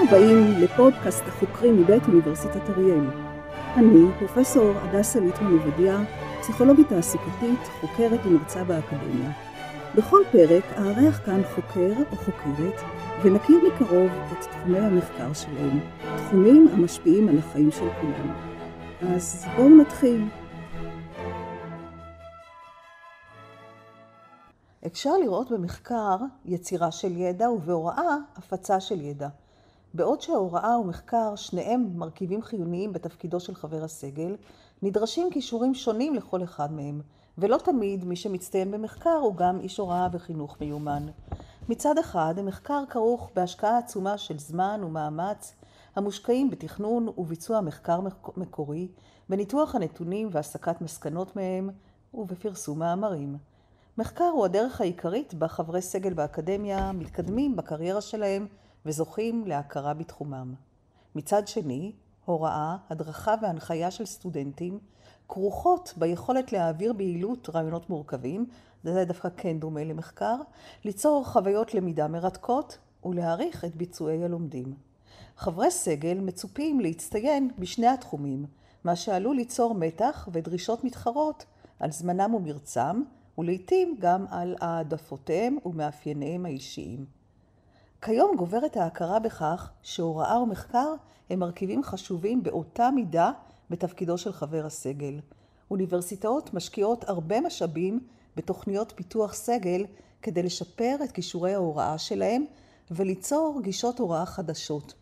הבאים לפודקאסט החוקרים מבית אוניברסיטת אריאל. אני, פרופסור הדסה ליטמן עובדיה, פסיכולוגית תעסוקתית, חוקרת ומרצה באקדמיה. בכל פרק אארח כאן חוקר או חוקרת ונכיר מקרוב את תחומי המחקר שלהם, תחומים המשפיעים על החיים של כולנו. אז בואו נתחיל. אפשר לראות במחקר יצירה של ידע ובהוראה הפצה של ידע. בעוד שההוראה ומחקר שניהם מרכיבים חיוניים בתפקידו של חבר הסגל, נדרשים כישורים שונים לכל אחד מהם, ולא תמיד מי שמצטיין במחקר הוא גם איש הוראה וחינוך מיומן. מצד אחד, המחקר כרוך בהשקעה עצומה של זמן ומאמץ, המושקעים בתכנון וביצוע מחקר מקורי, בניתוח הנתונים והסקת מסקנות מהם ובפרסום מאמרים. מחקר הוא הדרך העיקרית בה חברי סגל באקדמיה מתקדמים בקריירה שלהם וזוכים להכרה בתחומם. מצד שני, הוראה, הדרכה והנחיה של סטודנטים כרוכות ביכולת להעביר ביעילות רעיונות מורכבים, זה דווקא כן דומה למחקר, ליצור חוויות למידה מרתקות ולהעריך את ביצועי הלומדים. חברי סגל מצופים להצטיין בשני התחומים, מה שעלול ליצור מתח ודרישות מתחרות על זמנם ומרצם, ולעיתים גם על העדפותיהם ומאפייניהם האישיים. כיום גוברת ההכרה בכך שהוראה ומחקר הם מרכיבים חשובים באותה מידה בתפקידו של חבר הסגל. אוניברסיטאות משקיעות הרבה משאבים בתוכניות פיתוח סגל כדי לשפר את כישורי ההוראה שלהם וליצור גישות הוראה חדשות.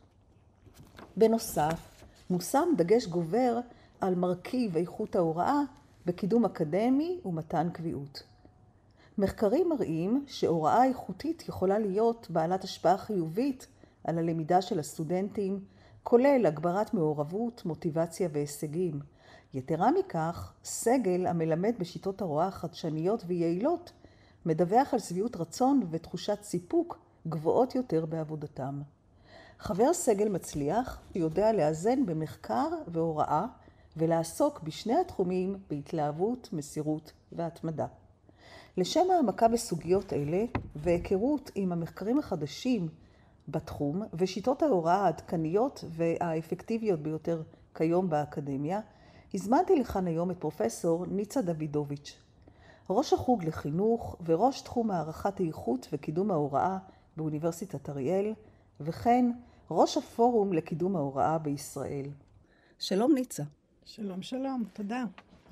בנוסף, מושם דגש גובר על מרכיב איכות ההוראה בקידום אקדמי ומתן קביעות. מחקרים מראים שהוראה איכותית יכולה להיות בעלת השפעה חיובית על הלמידה של הסטודנטים, כולל הגברת מעורבות, מוטיבציה והישגים. יתרה מכך, סגל המלמד בשיטות הוראה חדשניות ויעילות, מדווח על שביעות רצון ותחושת סיפוק גבוהות יותר בעבודתם. חבר סגל מצליח יודע לאזן במחקר והוראה ולעסוק בשני התחומים בהתלהבות, מסירות והתמדה. לשם העמקה בסוגיות אלה והיכרות עם המחקרים החדשים בתחום ושיטות ההוראה העדכניות והאפקטיביות ביותר כיום באקדמיה, הזמנתי לכאן היום את פרופסור ניצה דוידוביץ', ראש החוג לחינוך וראש תחום הערכת איכות וקידום ההוראה באוניברסיטת אריאל, וכן ראש הפורום לקידום ההוראה בישראל. שלום ניצה. שלום, שלום, תודה.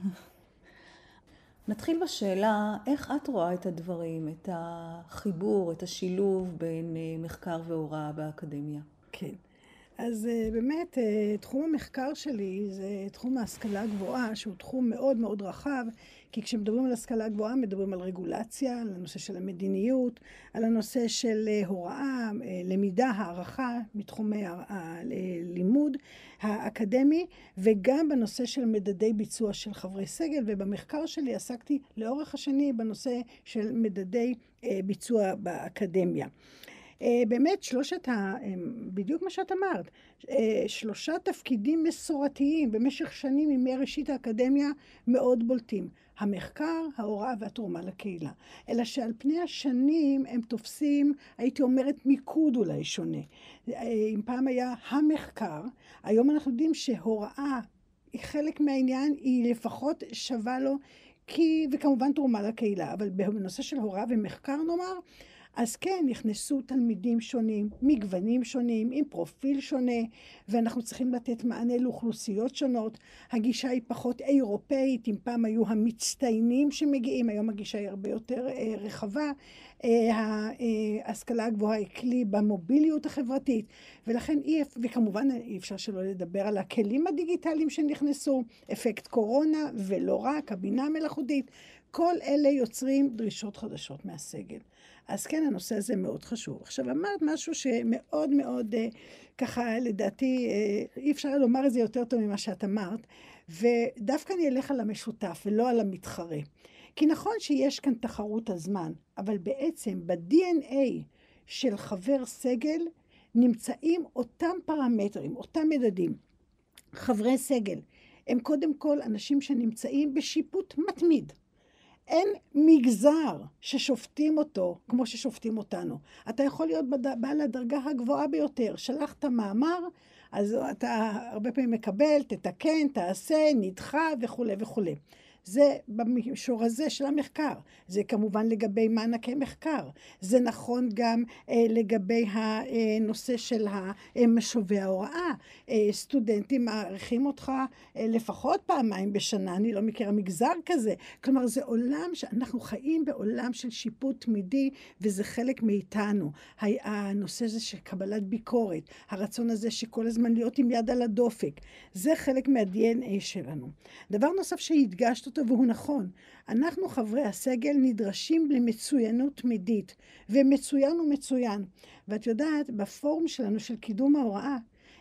נתחיל בשאלה, איך את רואה את הדברים, את החיבור, את השילוב בין מחקר והוראה באקדמיה? כן, אז באמת תחום המחקר שלי זה תחום ההשכלה הגבוהה, שהוא תחום מאוד מאוד רחב, כי כשמדברים על השכלה גבוהה מדברים על רגולציה, על הנושא של המדיניות, על הנושא של הוראה, למידה, הערכה מתחומי הלימוד האקדמי, וגם בנושא של מדדי ביצוע של חברי סגל, ובמחקר שלי עסקתי לאורך השני בנושא של מדדי ביצוע באקדמיה. באמת בדיוק מה שאת אמרת, שלושה תפקידים מסורתיים במשך שנים ימי ראשית האקדמיה מאוד בולטים. המחקר, ההוראה והתרומה לקהילה. אלא שעל פני השנים הם תופסים, הייתי אומרת, מיקוד אולי שונה. אם פעם היה המחקר, היום אנחנו יודעים שהוראה היא חלק מהעניין, היא לפחות שווה לו, וכמובן תרומה לקהילה. אבל בנושא של הוראה ומחקר נאמר, אז כן, נכנסו תלמידים שונים, מגוונים שונים, עם פרופיל שונה, ואנחנו צריכים לתת מענה לאוכלוסיות שונות. הגישה היא פחות אירופאית, אם פעם היו המצטיינים שמגיעים, היום הגישה היא הרבה יותר רחבה. ההשכלה הגבוהה היא כלי במוביליות החברתית, ולכן וכמובן אי אפשר שלא לדבר על הכלים הדיגיטליים שנכנסו, אפקט קורונה, ולא רק, הבינה המלאכותית, כל אלה יוצרים דרישות חדשות מהסגל. אז כן, הנושא הזה מאוד חשוב. עכשיו, אמרת משהו שמאוד מאוד, ככה, לדעתי, אי אפשר לומר את זה יותר טוב ממה שאת אמרת, ודווקא אני אלך על המשותף ולא על המתחרה. כי נכון שיש כאן תחרות הזמן, אבל בעצם ב-DNA של חבר סגל נמצאים אותם פרמטרים, אותם מדדים. חברי סגל הם קודם כל אנשים שנמצאים בשיפוט מתמיד. אין מגזר ששופטים אותו כמו ששופטים אותנו. אתה יכול להיות בעל הדרגה הגבוהה ביותר. שלחת מאמר, אז אתה הרבה פעמים מקבל, תתקן, תעשה, נדחה וכו' וכו'. זה במישור הזה של המחקר. זה כמובן לגבי מענקי מחקר. זה נכון גם לגבי הנושא של משובי ההוראה. סטודנטים מעריכים אותך לפחות פעמיים בשנה, אני לא מכירה מגזר כזה. כלומר, זה עולם שאנחנו חיים בעולם של שיפוט תמידי, וזה חלק מאיתנו. הנושא הזה של קבלת ביקורת, הרצון הזה שכל הזמן להיות עם יד על הדופק, זה חלק מה-DNA שלנו. דבר נוסף שהדגשת אותו, והוא נכון, אנחנו חברי הסגל נדרשים למצוינות תמידית, ומצוין הוא מצוין. ואת יודעת, בפורום שלנו של קידום ההוראה,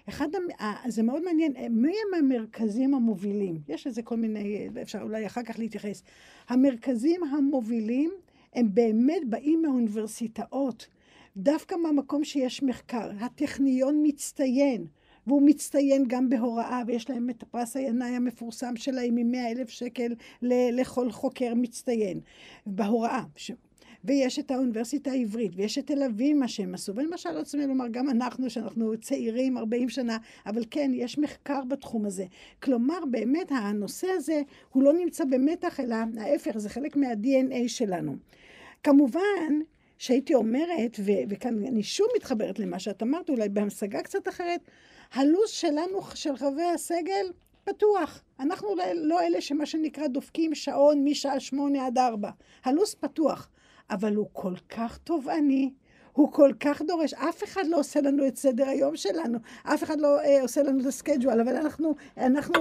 זה מאוד מעניין, מי הם המרכזים המובילים? יש לזה כל מיני, אפשר אולי אחר כך להתייחס. המרכזים המובילים הם באמת באים מהאוניברסיטאות, דווקא מהמקום שיש מחקר. הטכניון מצטיין, והוא מצטיין גם בהוראה, ויש להם את הפרס הינאי המפורסם שלהם מ100,000 שקל לכל חוקר מצטיין בהוראה. ויש את האוניברסיטה העברית, ויש את תל אביב מה שהם עשו, ואני למשל לא צריכים לומר גם אנחנו, שאנחנו צעירים 40 שנה, אבל כן, יש מחקר בתחום הזה. כלומר, באמת הנושא הזה הוא לא נמצא במתח, אלא ההפך, זה חלק מה-DNA שלנו. כמובן, שהייתי אומרת, וכאן אני שוב מתחברת למה שאת אמרת, אולי בהמשגה קצת אחרת, הלו"ז שלנו, של חברי הסגל, פתוח. אנחנו לא אלה שמה שנקרא דופקים שעון משעה 8 עד 4. הלו"ז פתוח, אבל הוא כל כך תובעני, הוא כל כך דורש, אף אחד לא עושה לנו את סדר היום שלנו, אף אחד לא עושה לנו את הסקייג'ואל, אבל אנחנו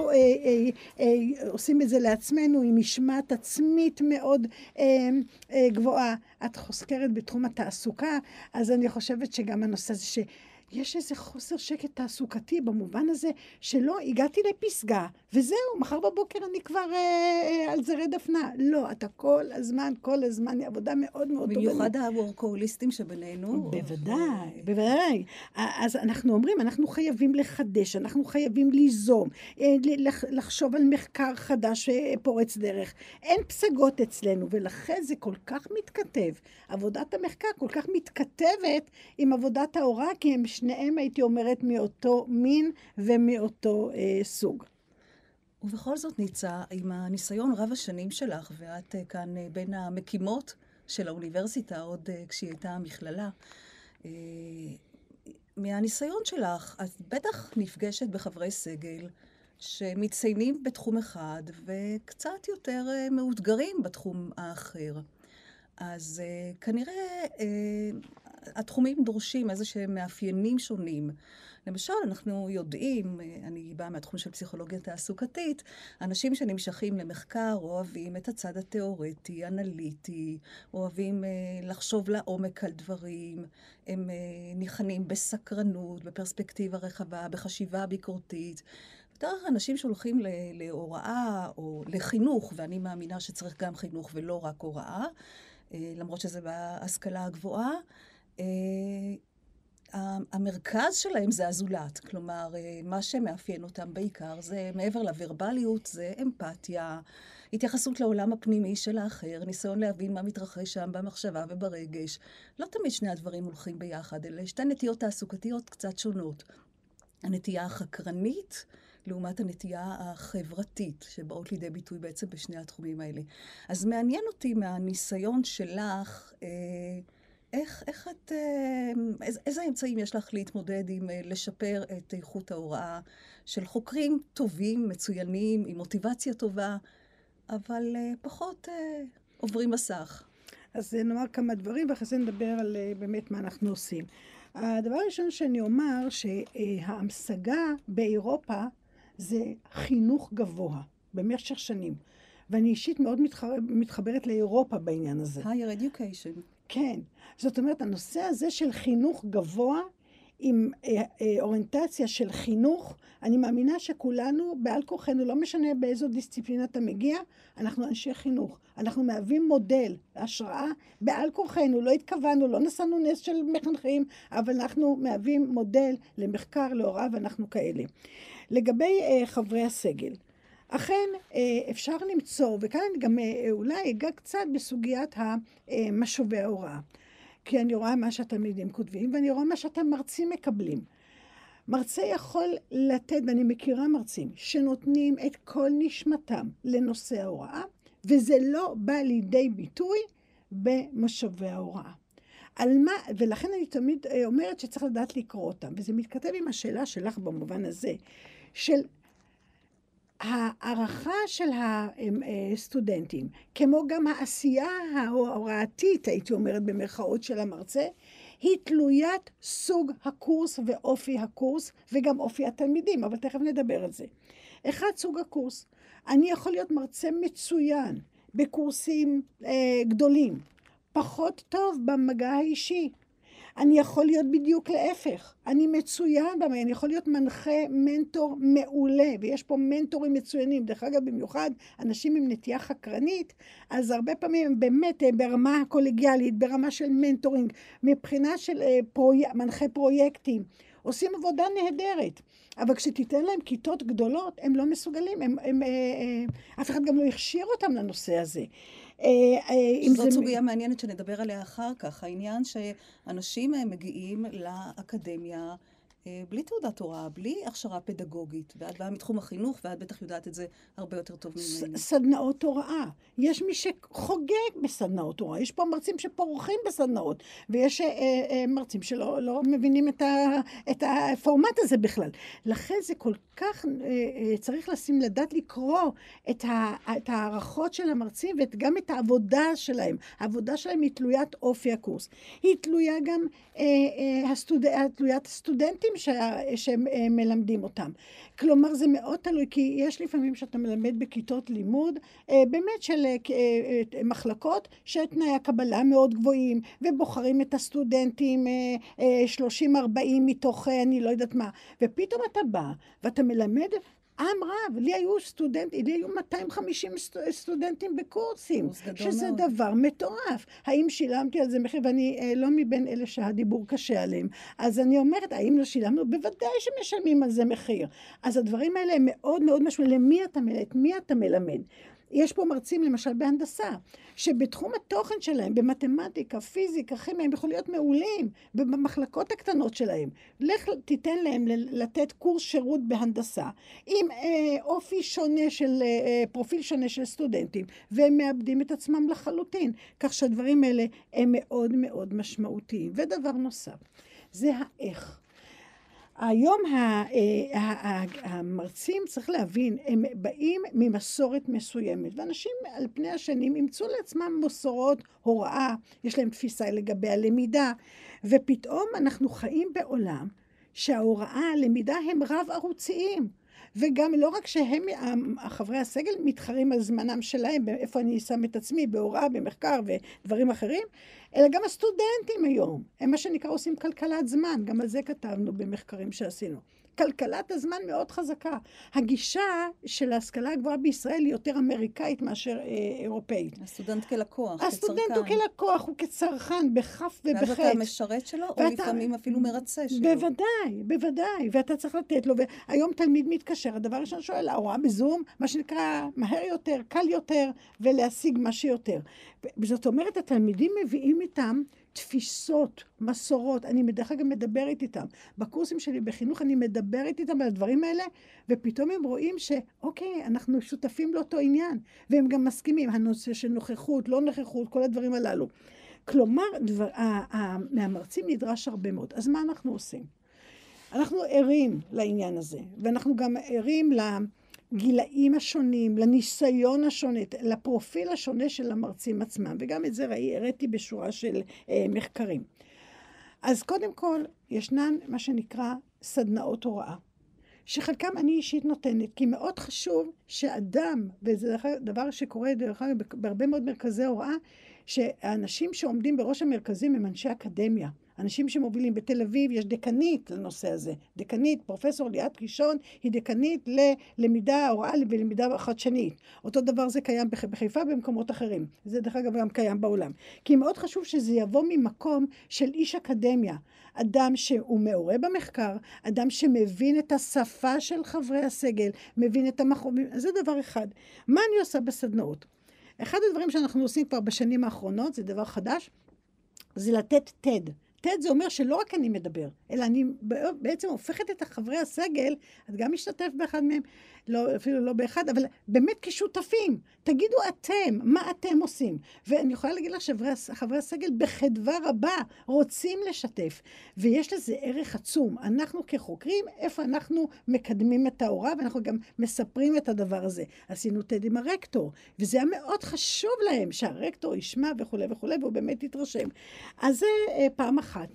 עושים את זה לעצמנו עם משמעת עצמית מאוד גבוהה. את חוזקרת בתחום התעסוקה, אז אני חושבת שגם הנושא הזה יש איזה חוסר שקט תעסוקתי במובן הזה שלא הגעתי לפסגה, וזהו, מחר בבוקר אני כבר על זרי דפנה. לא, אתה כל הזמן, עבודה מאוד מאוד טובה. במיוחד הוורקוהוליסטים שבינינו. בוודאי, בוודאי. אז אנחנו אומרים, אנחנו חייבים לחדש, אנחנו חייבים ליזום, לחשוב על מחקר חדש פורץ דרך. אין פסגות אצלנו, ולכן זה כל כך מתכתב. עבודת המחקר כל כך מתכתבת עם עבודת ההוראה, כי הם שניהם, הייתי אומרת, מאותו מין ומאותו סוג. ובכל זאת ניצה, עם הניסיון רב השנים שלך, ואת כאן בין המקימות של האוניברסיטה, עוד כשהיא הייתה מכללה, מהניסיון שלך, את בטח נפגשת בחברי סגל שמציינים בתחום אחד, וקצת יותר מאותגרים בתחום האחר. אז כנראה התחומים דורשים איזה שהם מאפיינים שונים. למשל, אנחנו יודעים, אני באה מהתחום של פסיכולוגיה תעסוקתית, אנשים שנמשכים למחקר אוהבים את הצד התיאורטי, אנליטי, אוהבים לחשוב לעומק על דברים, הם ניחנים בסקרנות, בפרספקטיבה רחבה, בחשיבה ביקורתית. בדרך אנשים שהולכים להוראה או לחינוך, ואני מאמינה שצריך גם חינוך ולא רק הוראה, למרות שזה בהשכלה הגבוהה, המרכז שלהם זה הזולת. כלומר, מה שמאפיין אותם בעיקר זה מעבר לוורבליות, זה אמפתיה, התייחסות לעולם הפנימי של האחר, ניסיון להבין מה מתרחש שם במחשבה וברגש. לא תמיד שני הדברים הולכים ביחד, אלה שתי נטיות תעסוקתיות קצת שונות. הנטייה החקרנית, לעומת הנטייה החברתית, שבאות לידי ביטוי בעצם בשני התחומים האלה. אז מעניין אותי מהניסיון שלך, איך את, איזה אמצעים יש לך להתמודד עם לשפר את איכות ההוראה של חוקרים טובים, מצוינים, עם מוטיבציה טובה, אבל פחות עוברים מסך? אז נאמר כמה דברים, ואחרי זה נדבר על באמת מה אנחנו עושים. הדבר הראשון שאני אומר, שההמשגה באירופה זה חינוך גבוה, במשך שנים. ואני אישית מאוד מתחברת לאירופה בעניין הזה. higher education. כן. זאת אומרת, הנושא הזה של חינוך גבוה, עם אוריינטציה של חינוך, אני מאמינה שכולנו, בעל כוחנו, לא משנה באיזו דיסציפלינה אתה מגיע, אנחנו אנשי חינוך. אנחנו מהווים מודל, השראה, בעל כוחנו, לא התכוונו, לא נסענו נס של מחנכים, אבל אנחנו מהווים מודל למחקר, להוראה, ואנחנו כאלה. לגבי חברי הסגל, אכן אפשר למצוא, וכאן אני גם אולי אגע קצת בסוגיית משובי ההוראה. כי אני רואה מה שהתלמידים כותבים, ואני רואה מה שהמרצים מקבלים. מרצה יכול לתת, ואני מכירה מרצים, שנותנים את כל נשמתם לנושא ההוראה, וזה לא בא לידי ביטוי במשובי ההוראה. על מה, ולכן אני תמיד אומרת שצריך לדעת לקרוא אותם, וזה מתכתב עם השאלה שלך במובן הזה, של הערכה של הסטודנטים, כמו גם העשייה ההוראתית, הייתי אומרת במרכאות של המרצה, היא תלוית סוג הקורס ואופי הקורס, וגם אופי התלמידים, אבל תכף נדבר על זה. אחד, סוג הקורס. אני יכול להיות מרצה מצוין בקורסים גדולים, פחות טוב במגע האישי. אני יכול להיות בדיוק להפך. אני מצוין במה, אני יכול להיות מנחה, מנטור מעולה, ויש פה מנטורים מצוינים. דרך אגב, במיוחד אנשים עם נטייה חקרנית, אז הרבה פעמים הם באמת ברמה הקולגיאלית, ברמה של מנטורינג, מבחינה של מנחה פרויקטים. עושים עבודה נהדרת, אבל כשתיתן להם כיתות גדולות, הם לא מסוגלים, אף אחד גם לא הכשיר אותם לנושא הזה. זאת סוגיה מעניינת שנדבר עליה אחר כך, העניין שאנשים מגיעים לאקדמיה בלי תעודת הוראה, בלי הכשרה פדגוגית, ואת באה מתחום החינוך, ואת בטח יודעת את זה הרבה יותר טוב ממני. סדנאות הוראה. יש מי שחוגג בסדנאות הוראה, יש פה מרצים שפורחים בסדנאות, ויש מרצים שלא מבינים את הפורמט הזה בכלל. לכן זה כל כך צריך לדעת לקרוא את הערכות של המרצים, וגם את העבודה שלהם. העבודה שלהם היא תלוית אופי הקורס. היא תלויה גם תלוית הסטודנטים שמלמדים אותם. כלומר, זה מאוד תלוי, כי יש לפעמים שאתה מלמד בכיתות לימוד, באמת של מחלקות, שתנאי הקבלה מאוד גבוהים, ובוחרים את הסטודנטים 30-40 מתוך אני לא יודעת מה. ופתאום אתה בא, ואתה מלמד עם רב, לי היו 250 סטודנטים בקורסים, שזה מאוד. דבר מטורף. האם שילמתי על זה מחיר? ואני לא מבין אלה שהדיבור קשה עליהם. אז אני אומרת, האם לא שילמנו? בוודאי שמשלמים על זה מחיר. אז הדברים האלה הם מאוד מאוד משמעותיים. מי אתה מלמד? יש פה מרצים למשל בהנדסה, שבתחום התוכן שלהם, במתמטיקה, פיזיקה, כימיה, הם יכולים להיות מעולים, במחלקות הקטנות שלהם. לך תיתן להם לתת קורס שירות בהנדסה, עם אופי שונה של, פרופיל שונה של סטודנטים, והם מאבדים את עצמם לחלוטין. כך שהדברים האלה הם מאוד מאוד משמעותיים. ודבר נוסף, זה האיך. היום המרצים, צריך להבין, הם באים ממסורת מסוימת, ואנשים על פני השנים ימצאו לעצמם מסורות הוראה, יש להם תפיסה לגבי הלמידה, ופתאום אנחנו חיים בעולם שההוראה, הלמידה הם רב ערוציים, וגם לא רק שהם, חברי הסגל, מתחרים על זמנם שלהם, איפה אני שם את עצמי, בהוראה, במחקר ודברים אחרים, אלא גם הסטודנטים היום, הם מה שנקרא עושים כלכלת זמן, גם על זה כתבנו במחקרים שעשינו. כלכלת הזמן מאוד חזקה. הגישה של ההשכלה הגבוהה בישראל היא יותר אמריקאית מאשר אירופאית. הסטודנט כלקוח, הסטודנט הוא כלקוח, הוא כצרכן, בכף ובחץ. ואז אתה משרת שלו, או לפעמים אפילו מרצה שלו. בוודאי, ואתה צריך לתת לו. והיום תלמיד מתקשר, הדבר ראשון שואל, ההוראה בזום, מה שנקרא מהר יותר, קל יותר, ולהשיג מה שיותר. זאת אומרת, התלמידים מביאים איתם תפיסות, מסורות, אני בדרך כלל גם מדברת איתם. בקורסים שלי בחינוך אני מדברת איתם על הדברים האלה, ופתאום הם רואים שאוקיי, אנחנו שותפים לאותו עניין, והם גם מסכימים, הנושא של נוכחות, לא נוכחות, כל הדברים הללו. כלומר, מהמרצים נדרש הרבה מאוד. אז מה אנחנו עושים? אנחנו ערים לעניין הזה, ואנחנו גם ערים לגילאים השונים, לניסיון השונה, לפרופיל השונה של המרצים עצמם, וגם את זה הראיתי בשורה של מחקרים. אז קודם כל, ישנן מה שנקרא סדנאות הוראה, שחלקם אני אישית נותנת, כי מאוד חשוב שאדם, וזה דבר שקורה דרך אגב בהרבה מאוד מרכזי הוראה, שהאנשים שעומדים בראש המרכזים הם אנשי אקדמיה. אנשים שמובילים בתל אביב, יש דקנית לנושא הזה. דקנית, פרופסור ליאת קישון, היא דקנית ללמידה, הוראה ולמידה חדשנית. אותו דבר זה קיים בחיפה במקומות אחרים. זה דרך אגב גם קיים בעולם. כי מאוד חשוב שזה יבוא ממקום של איש אקדמיה. אדם שהוא מעורה במחקר, אדם שמבין את השפה של חברי הסגל, מבין את המחומים, זה דבר אחד. מה אני עושה בסדנאות? אחד הדברים שאנחנו עושים כבר בשנים האחרונות, זה דבר חדש, זה לתת TED. TED זה אומר שלא רק אני מדבר, אלא אני בעצם הופכת את חברי הסגל, את גם משתתף באחד מהם, לא, אפילו לא באחד, אבל באמת כשותפים. תגידו אתם, מה אתם עושים? ואני יכולה להגיד לך שחברי הסגל בחדווה רבה רוצים לשתף, ויש לזה ערך עצום. אנחנו כחוקרים, איפה אנחנו מקדמים את ההוראה, ואנחנו גם מספרים את הדבר הזה. עשינו TED עם הרקטור, וזה היה מאוד חשוב להם שהרקטור ישמע וכו' וכו', והוא באמת יתרשם. אז זה פעם אחת.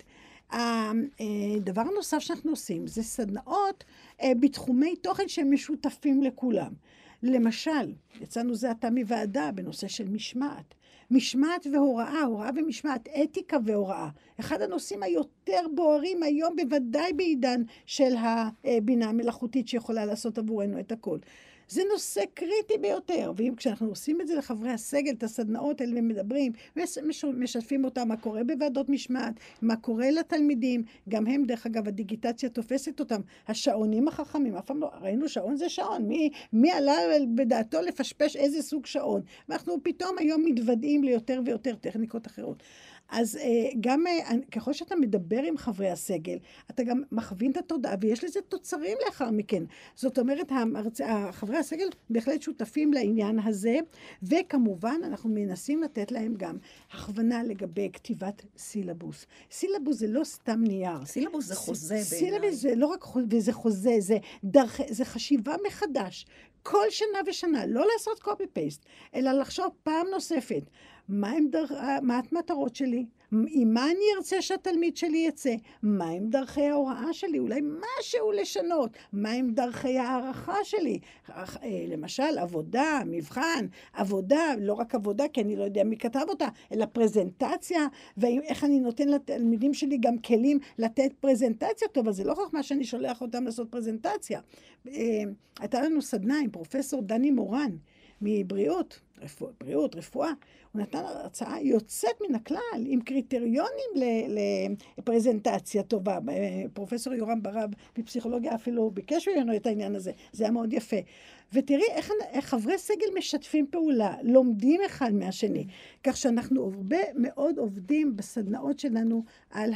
הדבר הנוסף שאנחנו עושים זה סדנאות בתחומי תוכן שהם משותפים לכולם. למשל, יצאנו זה עתה מוועדה בנושא של משמעת. משמעת והוראה, הוראה ומשמעת, אתיקה והוראה. אחד הנושאים היותר בוערים היום, בוודאי בעידן של הבינה המלאכותית שיכולה לעשות עבורנו את הכל. זה נושא קריטי ביותר, ואם כשאנחנו עושים את זה לחברי הסגל, את הסדנאות האלה מדברים, משתפים אותם מה קורה בוועדות משמעת, מה קורה לתלמידים, גם הם דרך אגב הדיגיטציה תופסת אותם, השעונים החכמים, אף פעם לא, ראינו שעון זה שעון, מי עלה בדעתו לפשפש איזה סוג שעון, ואנחנו פתאום היום מתוודעים ליותר ויותר טכניקות אחרות. אז גם ככל שאתה מדבר עם חברי הסגל, אתה גם מכווין את התודעה, ויש לזה תוצרים לאחר מכן. זאת אומרת, חברי הסגל בהחלט שותפים לעניין הזה, וכמובן אנחנו מנסים לתת להם גם הכוונה לגבי כתיבת סילבוס. סילבוס זה לא סתם נייר. סילבוס זה חוזה בעיניי. סילבוס זה לא רק וזה חוזה, זה חשיבה מחדש. כל שנה ושנה, לא לעשות copy-paste, אלא לחשוב פעם נוספת. מה המטרות שלי? עם מה אני ארצה שהתלמיד שלי יצא? מה עם דרכי ההוראה שלי? אולי משהו לשנות. מה עם דרכי הערכה שלי? למשל, עבודה, מבחן, עבודה, לא רק עבודה, כי אני לא יודע מי כתב אותה, אלא פרזנטציה, ואיך אני נותן לתלמידים שלי גם כלים לתת פרזנטציה טוב, אז זה לא חוכמה שאני שולח אותם לעשות פרזנטציה. הייתה לנו סדנה עם פרופסור דני מורן, מבריאות, רפואה, הוא נתן הרצאה יוצאת מן הכלל, עם קריטריונים לפרזנטציה טובה. פרופסור יורם ברב בפסיכולוגיה אפילו ביקש ממנו את העניין הזה, זה היה מאוד יפה. ותראי איך חברי סגל משתפים פעולה, לומדים אחד מהשני, כך שאנחנו הרבה מאוד עובדים בסדנאות שלנו על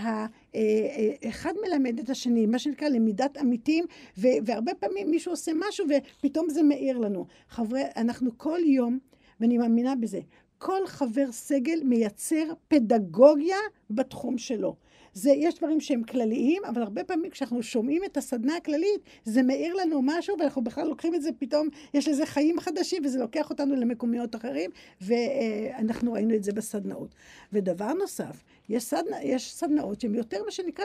אחד מלמד את השני, מה שנקרא למידת עמיתים, והרבה פעמים מישהו עושה משהו ופתאום זה מאיר לנו. אנחנו כל יום, ואני מאמינה בזה, כל חבר סגל מייצר פדגוגיה בתחום שלו. יש דברים שהם כלליים, אבל הרבה פעמים כשאנחנו שומעים את הסדנה הכללית, זה מאיר לנו משהו, ואנחנו בכלל לוקחים את זה פתאום, יש לזה חיים חדשים, וזה לוקח אותנו למקומיות אחרים, ואנחנו ראינו את זה בסדנאות. ודבר נוסף, יש סדנאות שהן יותר מה שנקרא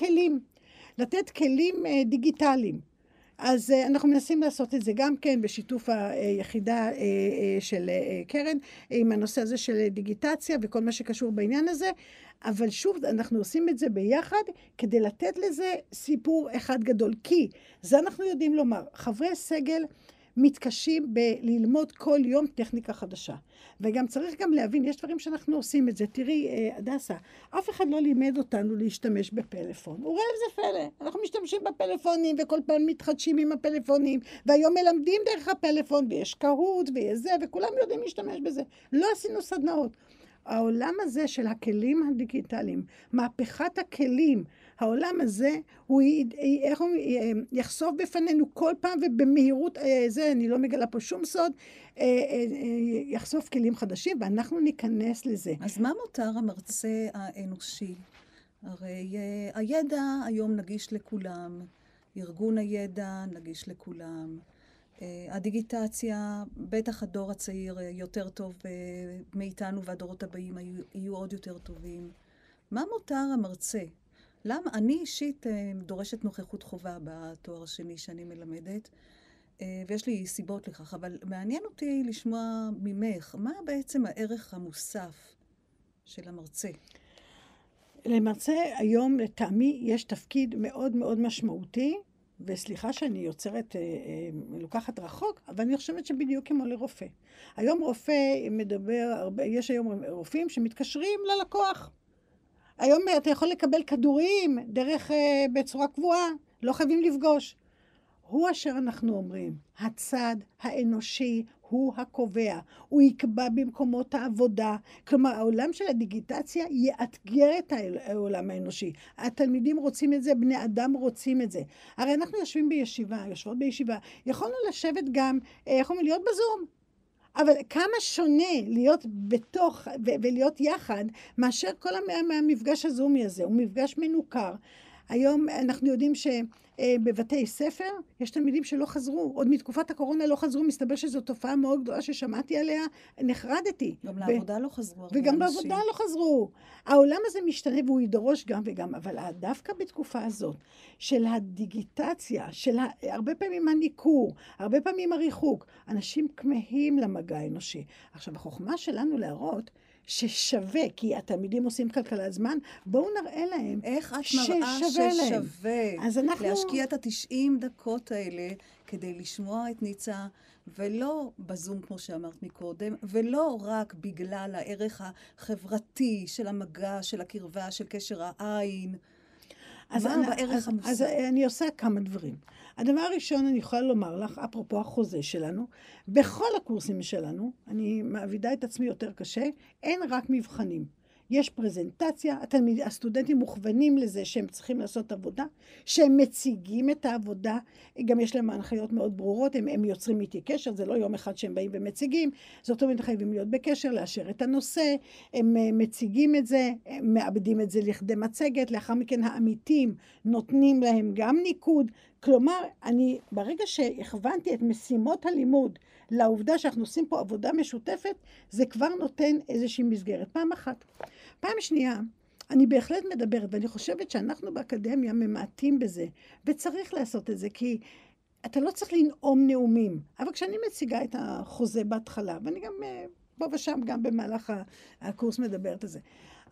לתת כלים דיגיטליים. אז אנחנו מנסים לעשות את זה גם כן בשיתוף היחידה של קרן, עם הנושא הזה של דיגיטציה וכל מה שקשור בעניין הזה, אבל שוב אנחנו עושים את זה ביחד כדי לתת לזה סיפור אחד גדול, כי זה אנחנו יודעים לומר, חברי סגל מתקשים בללמוד כל יום טכניקה חדשה. וגם צריך גם להבין, יש דברים שאנחנו עושים את זה. תראי, הדסה, אף אחד לא לימד אותנו להשתמש בפלאפון. הוא רואה איזה פלא. אנחנו משתמשים בפלאפונים וכל פעם מתחדשים עם הפלאפונים, והיום מלמדים דרך הפלאפון, ויש קהות ויש זה, וכולם יודעים להשתמש בזה. לא עשינו סדנאות. העולם הזה של הכלים הדיגיטליים, מהפכת הכלים, העולם הזה, הוא יחשוף בפנינו כל פעם ובמהירות, זה אני לא מגלה פה שום סוד, יחשוף כלים חדשים ואנחנו ניכנס לזה. אז מה מותר המרצה האנושי? הרי הידע היום נגיש לכולם, ארגון הידע נגיש לכולם, הדיגיטציה, בטח הדור הצעיר יותר טוב מאיתנו והדורות הבאים יהיו עוד יותר טובים. מה מותר המרצה? למה? אני אישית דורשת נוכחות חובה בתואר השני שאני מלמדת, ויש לי סיבות לכך, אבל מעניין אותי לשמוע ממך, מה בעצם הערך המוסף של המרצה? למעשה היום לטעמי יש תפקיד מאוד מאוד משמעותי, וסליחה שאני יוצרת, לוקחת רחוק, אבל אני חושבת שבדיוק כמו לרופא. היום רופא מדבר הרבה, יש היום רופאים שמתקשרים ללקוח. היום אתה יכול לקבל כדורים דרך, בצורה קבועה, לא חייבים לפגוש. הוא אשר אנחנו אומרים, הצד האנושי הוא הקובע, הוא יקבע במקומות העבודה. כלומר, העולם של הדיגיטציה יאתגר את העולם האנושי. התלמידים רוצים את זה, בני אדם רוצים את זה. הרי אנחנו יושבים בישיבה, יושבות בישיבה, יכולנו לשבת גם, יכולנו להיות בזום. אבל כמה שונה להיות בתוך ולהיות יחד, מאשר כל המפגש הזומי הזה, הוא מפגש מנוכר. היום אנחנו יודעים שבבתי ספר יש תלמידים שלא חזרו, עוד מתקופת הקורונה לא חזרו, מסתבר שזו תופעה מאוד גדולה ששמעתי עליה, נחרדתי. גם לעבודה לא חזרו הרבה וגם אנשים. בעבודה לא חזרו. העולם הזה משתנה והוא ידרוש גם וגם, אבל דווקא בתקופה הזאת של הדיגיטציה, הרבה פעמים הניכור, הרבה פעמים הריחוק, אנשים כמהים למגע האנושי. עכשיו, החוכמה שלנו להראות ששווה, כי התלמידים עושים כלכלת זמן, בואו נראה להם איך את מראה ששווה להשקיע את 90 דקות האלה כדי לשמוע את ניצה, ולא בזום כמו שאמרת מקודם, ולא רק בגלל הערך החברתי של המגע, של הקרבה, של קשר העין. מה בערך המוסר? אז אני עושה כמה דברים. הדבר הראשון, אני יכולה לומר לך, אפרופו החוזה שלנו, בכל הקורסים שלנו, אני מעבידה את עצמי יותר קשה, אין רק מבחנים. יש פרזנטציה, הסטודנטים מוכוונים לזה שהם צריכים לעשות עבודה, שהם מציגים את העבודה, גם יש להם הנחיות מאוד ברורות, הם יוצרים איתי קשר, זה לא יום אחד שהם באים ומציגים, זאת אומרת, חייבים להיות בקשר, לאשר את הנושא, הם מציגים את זה, הם מאבדים את זה לכדי מצגת, לאחר מכן העמיתים נותנים להם גם ניקוד, כלומר, ברגע שהכוונתי את משימות הלימוד לעובדה שאנחנו עושים פה עבודה משותפת, זה כבר נותן איזושהי מסגרת. פעם אחת. פעם שנייה, אני בהחלט מדברת, ואני חושבת שאנחנו באקדמיה ממעטים בזה, וצריך לעשות את זה, כי אתה לא צריך לנאום נאומים. אבל כשאני מציגה את החוזה בהתחלה, ואני גם פה ושם גם במהלך הקורס מדברת על זה,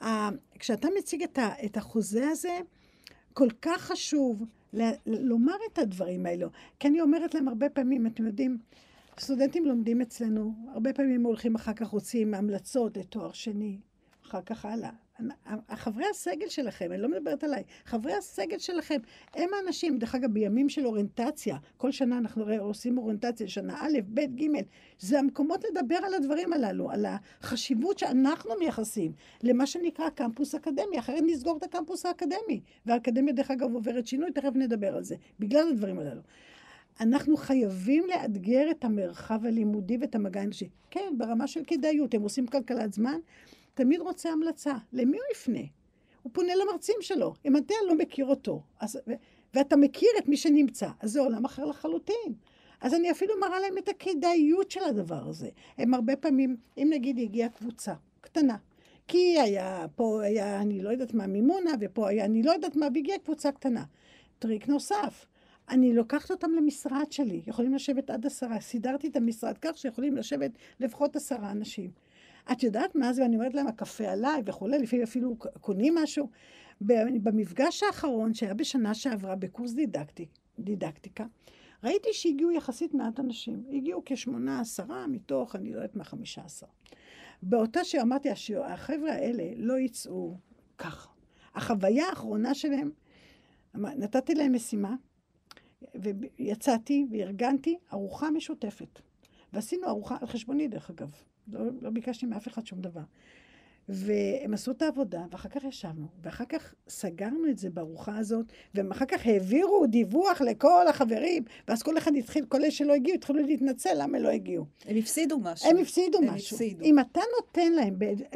כשאתה מציג את החוזה הזה, כל כך חשוב לומר את הדברים האלו. כי אני אומרת להם הרבה פעמים, אתם יודעים, סטודנטים לומדים אצלנו, הרבה פעמים הולכים אחר כך רוצים המלצות לתואר שני, אחר כך הלאה. חברי הסגל שלכם, אני לא מדברת עליי, חברי הסגל שלכם, הם האנשים, דרך אגב, בימים של אוריינטציה, כל שנה אנחנו עושים אוריינטציה, שנה א', ב', ג', זה המקומות לדבר על הדברים הללו, על החשיבות שאנחנו מייחסים למה שנקרא קמפוס אקדמי, אחרת נסגור את הקמפוס האקדמי, והאקדמיה דרך אגב עוברת שינוי, תכף נדבר על זה, בגלל הדברים הללו. אנחנו חייבים לאתגר את המרחב הלימודי ואת המגע האנושי. כן, ברמה של כדאיות, הם עושים כלכלת זמן, תמיד רוצה המלצה. למי הוא יפנה? הוא פונה למרצים שלו. אם אתה לא מכיר אותו, ואתה מכיר את מי שנמצא, אז זה עולם אחר לחלוטין. אז אני אפילו מראה להם את הכדאיות של הדבר הזה. הם הרבה פעמים, אם נגיד הגיעה קבוצה קטנה, כי פה היה אני לא יודעת מה מימונה, ופה היה אני לא יודעת מה, והגיעה קבוצה קטנה. טריק נוסף, אני לוקחת אותם למשרד שלי, יכולים לשבת עד 10, סידרתי את המשרד כך שיכולים לשבת לפחות 10 אנשים. את יודעת מה זה? ואני אומרת להם, הקפה עליי וכו', לפעמים אפילו קונים משהו. במפגש האחרון שהיה בשנה שעברה בקורס דידקטיקה, ראיתי שהגיעו יחסית מעט אנשים. הגיעו כ8-10 מתוך, אני לא יודעת מה, 15. באותה שאמרתי, החבר'ה האלה לא יצאו כך. החוויה האחרונה שלהם, נתתי להם משימה, ויצאתי וארגנתי ארוחה משותפת. ועשינו ארוחה על חשבוני דרך אגב. לא ביקשתי מאף אחד שום דבר. והם עשו את העבודה, ואחר כך ישבנו, ואחר כך סגרנו את זה בארוחה הזאת, ואחר כך העבירו דיווח לכל החברים, ואז כל אחד התחיל, כל אלה שלא הגיעו, התחילו להתנצל למה לא הגיעו. הם הפסידו משהו. הם הפסידו משהו. אם אתה נותן להם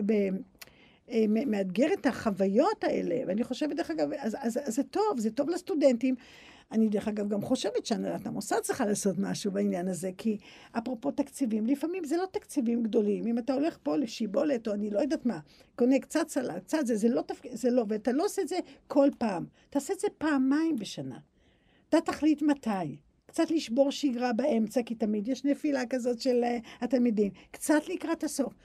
מאתגר את החוויות האלה, ואני חושבת דרך אגב, אז זה טוב לסטודנטים. אני דרך אגב גם חושבת שהנהלת המוסד צריכה לעשות משהו בעניין הזה, כי אפרופו תקציבים, לפעמים זה לא תקציבים גדולים. אם אתה הולך פה לשיבולת, או אני לא יודעת מה, קונה קצת סלט, קצת זה לא, ואתה לא עושה את זה כל פעם. תעשה את זה פעמיים בשנה. אתה תחליט מתי. קצת לשבור שגרה באמצע, כי תמיד יש נפילה כזאת של התלמידים. קצת לקראת הסוף.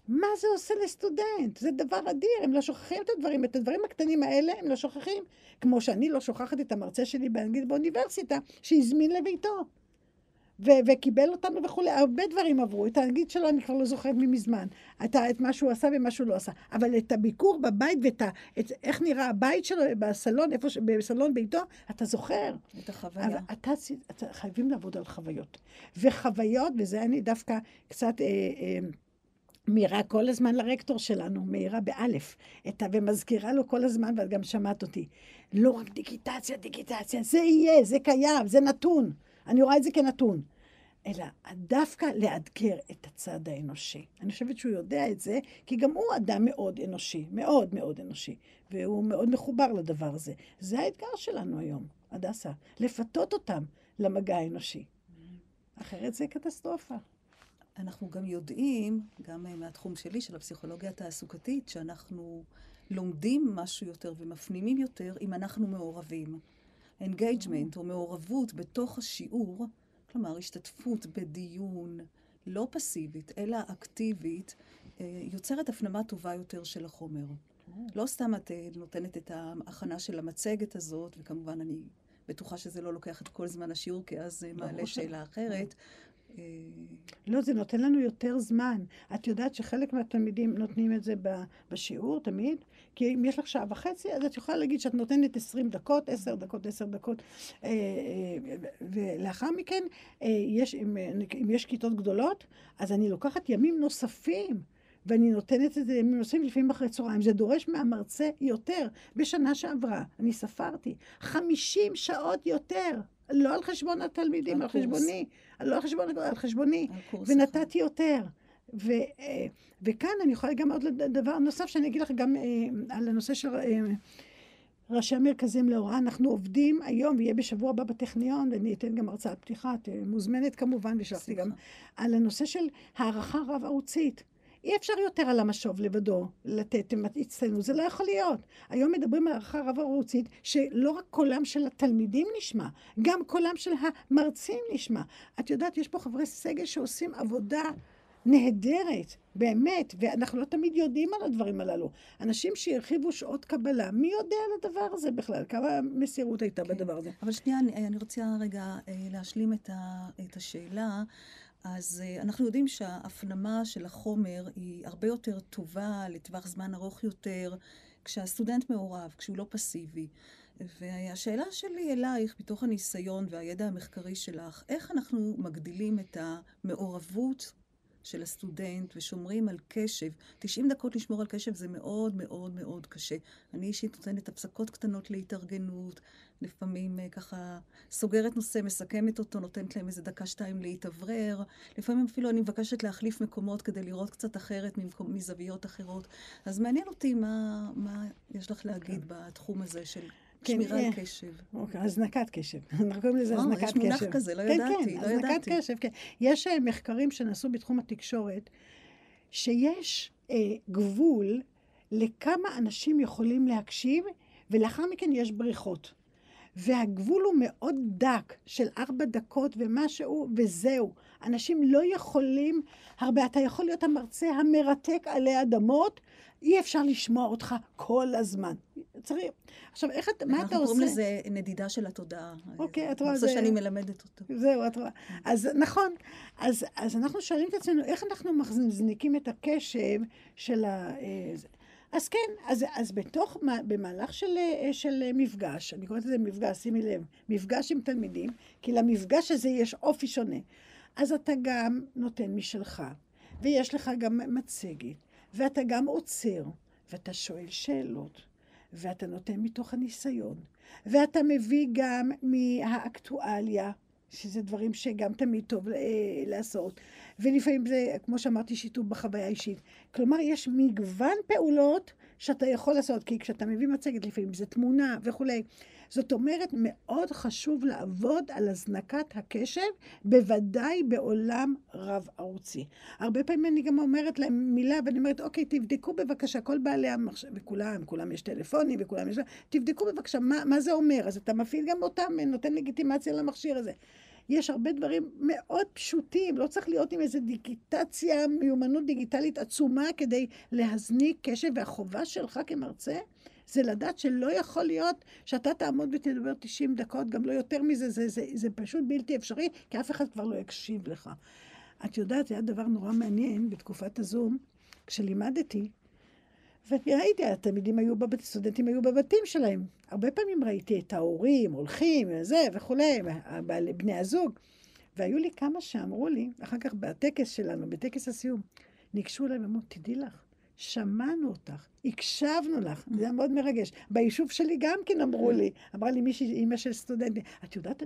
מה זה עושה לסטודנט? זה דבר אדיר, הם לא שוכחים את הדברים הקטנים האלה הם לא שוכחים. כמו שאני לא שוכחת את המרצה שלי באנגלית באוניברסיטה, שהזמין לביתו. וקיבל אותנו וכולי, הרבה דברים עברו. את האנגלית שלו אני כבר לא זוכרת ממזמן. את מה שהוא עשה ומה שהוא לא עשה. אבל את הביקור בבית איך נראה הבית שלו בסלון, בסלון ביתו, אתה זוכר. את החוויה. אתה חייבים לעבוד על חוויות. וחוויות, וזה אני דווקא קצת מעירה כל הזמן לרקטור שלנו, מעירה באלף, ומזכירה לו כל הזמן, ואת גם שמעת אותי. לא רק דיגיטציה, זה יהיה, זה קיים, זה נתון. אני רואה את זה כנתון. אלא דווקא לאתגר את הצד האנושי. אני חושבת שהוא יודע את זה, כי גם הוא אדם מאוד אנושי, מאוד מאוד אנושי, והוא מאוד מחובר לדבר הזה. זה האתגר שלנו היום, הדסה, לפתות אותם למגע האנושי. אחרת זה קטסטרופה. אנחנו גם יודעים, גם מהתחום שלי, של הפסיכולוגיה התעסוקתית, שאנחנו לומדים משהו יותר ומפנימים יותר אם אנחנו מעורבים. engagement או מעורבות בתוך השיעור, כלומר השתתפות בדיון, לא פסיבית, אלא אקטיבית, יוצרת הפנמה טובה יותר של החומר. לא סתם את נותנת את ההכנה של המצגת הזאת, וכמובן אני בטוחה שזה לא לוקח את כל זמן השיעור, כי אז זה מעלה שאלה אחרת. לא, זה נותן לנו יותר זמן. את יודעת שחלק מהתלמידים נותנים את זה בשיעור תמיד, כי אם יש לך שעה וחצי, אז את יכולה להגיד שאת נותנת 20 דקות, 10 דקות, ולאחר מכן, אם יש כיתות גדולות, אז אני לוקחת ימים נוספים, ואני נותנת את זה ימים נוספים לפעמים אחרי צהריים. זה דורש מהמרצה יותר. בשנה שעברה, אני ספרתי, 50 שעות יותר. לא על חשבון התלמידים, על חשבוני. לא על חשבון, על חשבוני. ונתתי יותר. וכאן אני יכולה גם עוד דבר נוסף, שאני אגיד לך גם על הנושא של ראשי המרכזים להוראה. אנחנו עובדים היום, ויהיה בשבוע הבא בטכניון, ואני אתן גם הרצאת פתיחה, את מוזמנת כמובן, ושלחתי גם על הנושא של הערכה רב-ערוצית. אי אפשר יותר על המשוב לבדו לתת אצלנו, זה לא יכול להיות. היום מדברים על הערכה רב-ערוצית, שלא רק קולם של התלמידים נשמע, גם קולם של המרצים נשמע. את יודעת, יש פה חברי סגל שעושים עבודה נהדרת, באמת, ואנחנו לא תמיד יודעים על הדברים הללו. אנשים שהרחיבו שעות קבלה, מי יודע על הדבר הזה בכלל? כמה מסירות הייתה בדבר הזה? אבל שנייה, אני רוצה רגע להשלים את השאלה. אז אנחנו יודעים שההפנמה של החומר היא הרבה יותר טובה, לטווח זמן ארוך יותר, כשהסטודנט מעורב, כשהוא לא פסיבי. והשאלה שלי אלייך, בתוך הניסיון והידע המחקרי שלך, איך אנחנו מגדילים את המעורבות של הסטודנט ושומרים על קשב? 90 דקות לשמור על קשב זה מאוד מאוד מאוד קשה. אני אישית נותנת הפסקות קטנות להתארגנות, לפעמים ככה סוגרת נושא, מסכמת אותו, נותנת להם איזה דקה-שתיים להתאוורר. לפעמים אפילו אני מבקשת להחליף מקומות כדי לראות קצת אחרת מזוויות אחרות. אז מעניין אותי מה יש לך להגיד בתחום הזה של שמירה על קשב. אוקיי, הזנקת קשב. אנחנו קוראים לזה הזנקת קשב. יש מונח כזה, לא ידעתי. כן, הזנקת קשב, כן. יש מחקרים שנעשו בתחום התקשורת, שיש גבול לכמה אנשים יכולים להקשיב, ולאחר מכן יש בריחות. והגבול הוא מאוד דק, של 4 דקות ומשהו, וזהו. אנשים לא יכולים הרבה. אתה יכול להיות המרצה המרתק עלי אדמות, אי אפשר לשמוע אותך כל הזמן. צריך. עכשיו, מה אתה עושה? אנחנו קוראים לזה נדידה של התודעה. אוקיי, את רואה. זה שאני מלמדת אותו. זהו, את רואה. אז נכון. אז אנחנו שואלים את עצמנו, איך אנחנו מזניקים את הקשב של אז כן, אז במהלך של מפגש, אני קוראת לזה מפגש, שימי לב, מפגש עם תלמידים, כי למפגש הזה יש אופי שונה. אז אתה גם נותן משלך, ויש לך גם מצגת, ואתה גם עוצר, ואתה שואל שאלות, ואתה נותן מתוך הניסיון, ואתה מביא גם מהאקטואליה, שזה דברים שגם תמיד טוב לעשות. ולפעמים זה, כמו שאמרתי, שיתוף בחוויה אישית. כלומר, יש מגוון פעולות שאתה יכול לעשות, כי כשאתה מביא מצגת, לפעמים זה תמונה וכו'. זאת אומרת, מאוד חשוב לעבוד על הזנקת הקשב, בוודאי בעולם רב-ערוצי. הרבה פעמים אני גם אומרת להם מילה, ואני אומרת, אוקיי, תבדקו בבקשה, כל בעלי המחשב, וכולם יש טלפונים, וכולם יש... תבדקו בבקשה, מה זה אומר? אז אתה מפעיל גם אותם, נותן לגיטימציה למכשיר הזה. יש הרבה דברים מאוד פשוטים, לא צריך להיות עם איזו דיגיטציה, מיומנות דיגיטלית עצומה כדי להזניק קשב, והחובה שלך כמרצה זה לדעת שלא יכול להיות שאתה תעמוד ותדבר 90 דקות, גם לא יותר מזה, זה פשוט בלתי אפשרי, כי אף אחד כבר לא יקשיב לך. את יודעת, זה היה דבר נורא מעניין בתקופת הזום, כשלימדתי, וראיתי, הסטודנטים היו בבתים שלהם. הרבה פעמים ראיתי את ההורים, הולכים, וזה וכולי, בני הזוג. והיו לי כמה שאמרו לי, אחר כך בטקס שלנו, בטקס הסיום, ניגשו אליי ואמרו, תדעי לך, שמענו אותך, הקשבנו לך, זה היה מאוד מרגש. ביישוב שלי גם כן אמרו לי, אמרה לי מישהי, אימא של סטודנטים, את יודעת,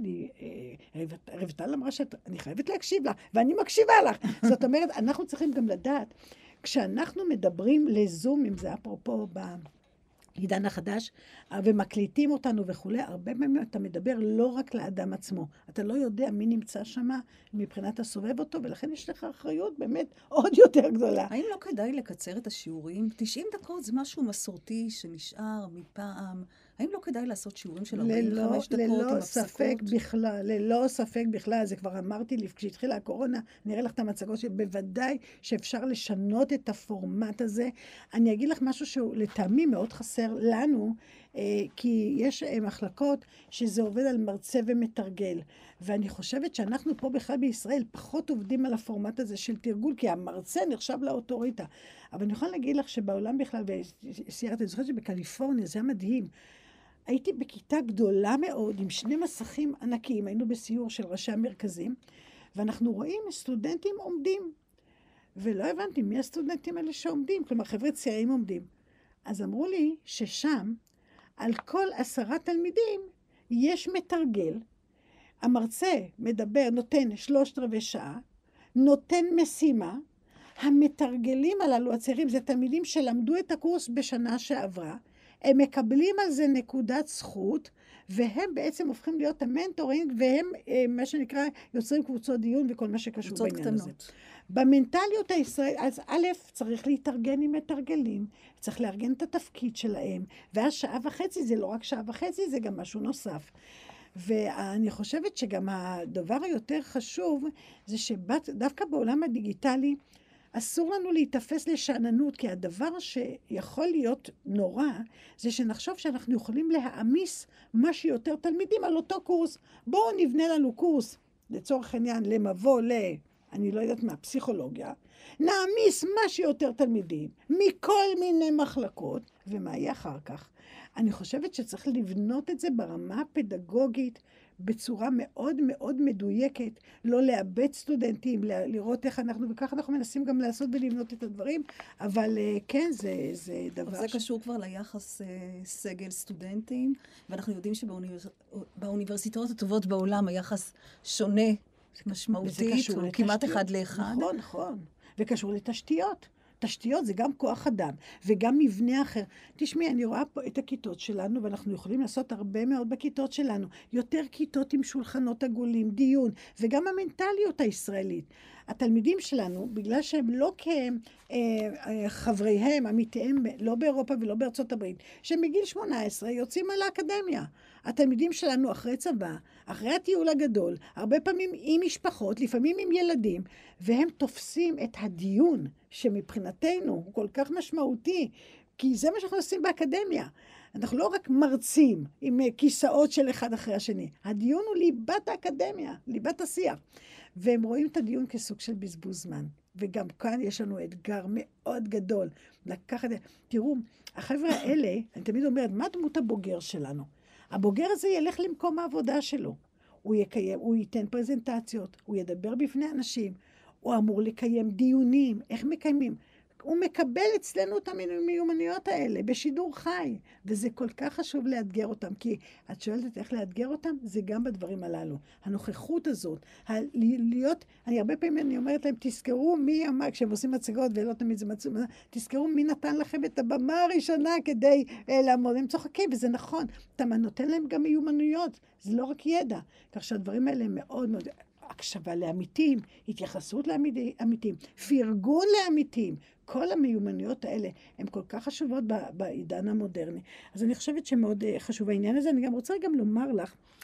רויטל אמרה שאני חייבת להקשיב לך, ואני מקשיבה לך. זאת אומרת, אנחנו צריכים גם לדעת, כשאנחנו מדברים לזום, אם זה אפרופו בעידן החדש, ומקליטים אותנו וכולי, הרבה פעמים אתה מדבר לא רק לאדם עצמו. אתה לא יודע מי נמצא שם מבחינת הסובב אותו, ולכן יש לך אחריות באמת עוד יותר גדולה. האם לא כדאי לקצר את השיעורים? 90 דקות זה משהו מסורתי שנשאר מפעם. האם לא כדאי לעשות שיעורים של 45 דקות עם הפסקות? ללא ספק בכלל, זה כבר אמרתי לי, כשהתחילה הקורונה, נראה לך את המצגות שבוודאי שאפשר לשנות את הפורמט הזה. אני אגיד לך משהו שהוא לטעמי מאוד חסר לנו, כי יש מחלקות שזה עובד על מרצה ומתרגל, ואני חושבת שאנחנו פה בכלל בישראל פחות עובדים על הפורמט הזה של תרגול, כי המרצה נחשב לאוטוריטה. אבל אני יכולה להגיד לך שבעולם בכלל, וסיירת, אני זוכרת שבקליפורניה זה היה מדהים, הייתי בכיתה גדולה מאוד עם 2 מסכים ענקיים, היינו בסיור של ראשי המרכזים, ואנחנו רואים סטודנטים עומדים, ולא הבנתי מי הסטודנטים האלה שעומדים, כלומר חבר'ה צעירים עומדים. אז אמרו לי ששם, על כל 10 תלמידים, יש מתרגל, המרצה מדבר, נותן 3/4 שעה, נותן משימה, המתרגלים הללו, הצעירים, זה תלמידים שלמדו את הקורס בשנה שעברה, הם מקבלים על זה נקודת זכות, והם בעצם הופכים להיות המנטורינג, והם, מה שנקרא, יוצרים קבוצות דיון וכל מה שקשור בעניין הזה. במנטליות הישראלית, אז א', צריך להתארגן עם מתרגלים, צריך לארגן את התפקיד שלהם, ואז 1.5 שעה, זה לא רק 1.5 שעה, זה גם משהו נוסף. ואני חושבת שגם הדבר היותר חשוב, זה שדווקא בעולם הדיגיטלי, אסור לנו להתאפס לשעננות, כי הדבר שיכול להיות נורא, זה שנחשוב שאנחנו יכולים להעמיס מה שיותר תלמידים על אותו קורס. בואו נבנה לנו קורס, לצורך העניין, למבוא אני לא יודעת מה, פסיכולוגיה, נעמיס מה שיותר תלמידים, מכל מיני מחלקות, ומה יהיה אחר כך? אני חושבת שצריך לבנות את זה ברמה הפדגוגית, בצורה מאוד מאוד מדויקת, לא לאבד סטודנטים, לראות איך אנחנו, וכך אנחנו מנסים גם לעשות ולבנות את הדברים, אבל כן, זה דבר... זה קשור כבר ליחס סגל סטודנטים, ואנחנו יודעים שבאוניברסיטאות הטובות בעולם היחס שונה, משמעותית, הוא כמעט 1 ל-1. נכון, נכון. וקשור לתשתיות. תשתיות זה גם כוח אדם, וגם מבנה אחר. תשמעי, אני רואה פה את הכיתות שלנו, ואנחנו יכולים לעשות הרבה מאוד בכיתות שלנו. יותר כיתות עם שולחנות עגולים, דיון, וגם המנטליות הישראלית. התלמידים שלנו, בגלל שהם לא כחבריהם, עמיתיהם, לא באירופה ולא בארצות הברית, שהם בגיל 18 יוצאים על האקדמיה. התלמידים שלנו אחרי צבא, אחרי הטיול הגדול, הרבה פעמים עם משפחות, לפעמים עם ילדים, והם תופסים את הדיון שמבחינתנו הוא כל כך משמעותי, כי זה מה שאנחנו עושים באקדמיה. אנחנו לא רק מרצים עם כיסאות של אחד אחרי השני. הדיון הוא ליבת האקדמיה, ליבת השיח. והם רואים את הדיון כסוג של בזבוז זמן. וגם כאן יש לנו אתגר מאוד גדול. לקחת... תראו, החבר'ה האלה, אני תמיד אומרת, מה דמות הבוגר שלנו? הבוגר הזה ילך למקום העבודה שלו. הוא ייתן פרזנטציות, הוא ידבר בפני אנשים, הוא אמור לקיים דיונים, איך מקיימים? הוא מקבל אצלנו את המיומנויות האלה בשידור חי, וזה כל כך חשוב לאתגר אותם, כי את שואלת איך לאתגר אותם, זה גם בדברים הללו. הנוכחות הזאת, להיות, אני הרבה פעמים אני אומרת להם, תזכרו מי אמר, כשהם עושים מצגות ולא תמיד זה מצוין, תזכרו מי נתן לכם את הבמה הראשונה כדי לעמוד, הם צוחקים, וזה נכון, אתה נותן להם גם מיומנויות, זה לא רק ידע, כך שהדברים האלה הם מאוד מאוד... הקשבה לעמיתים, התייחסות לעמיתים, פרגון לעמיתים, כל המיומנויות האלה הן כל כך חשובות בעידן המודרני. אז אני חושבת שמאוד חשוב העניין הזה. אני גם רוצה גם לומר לך,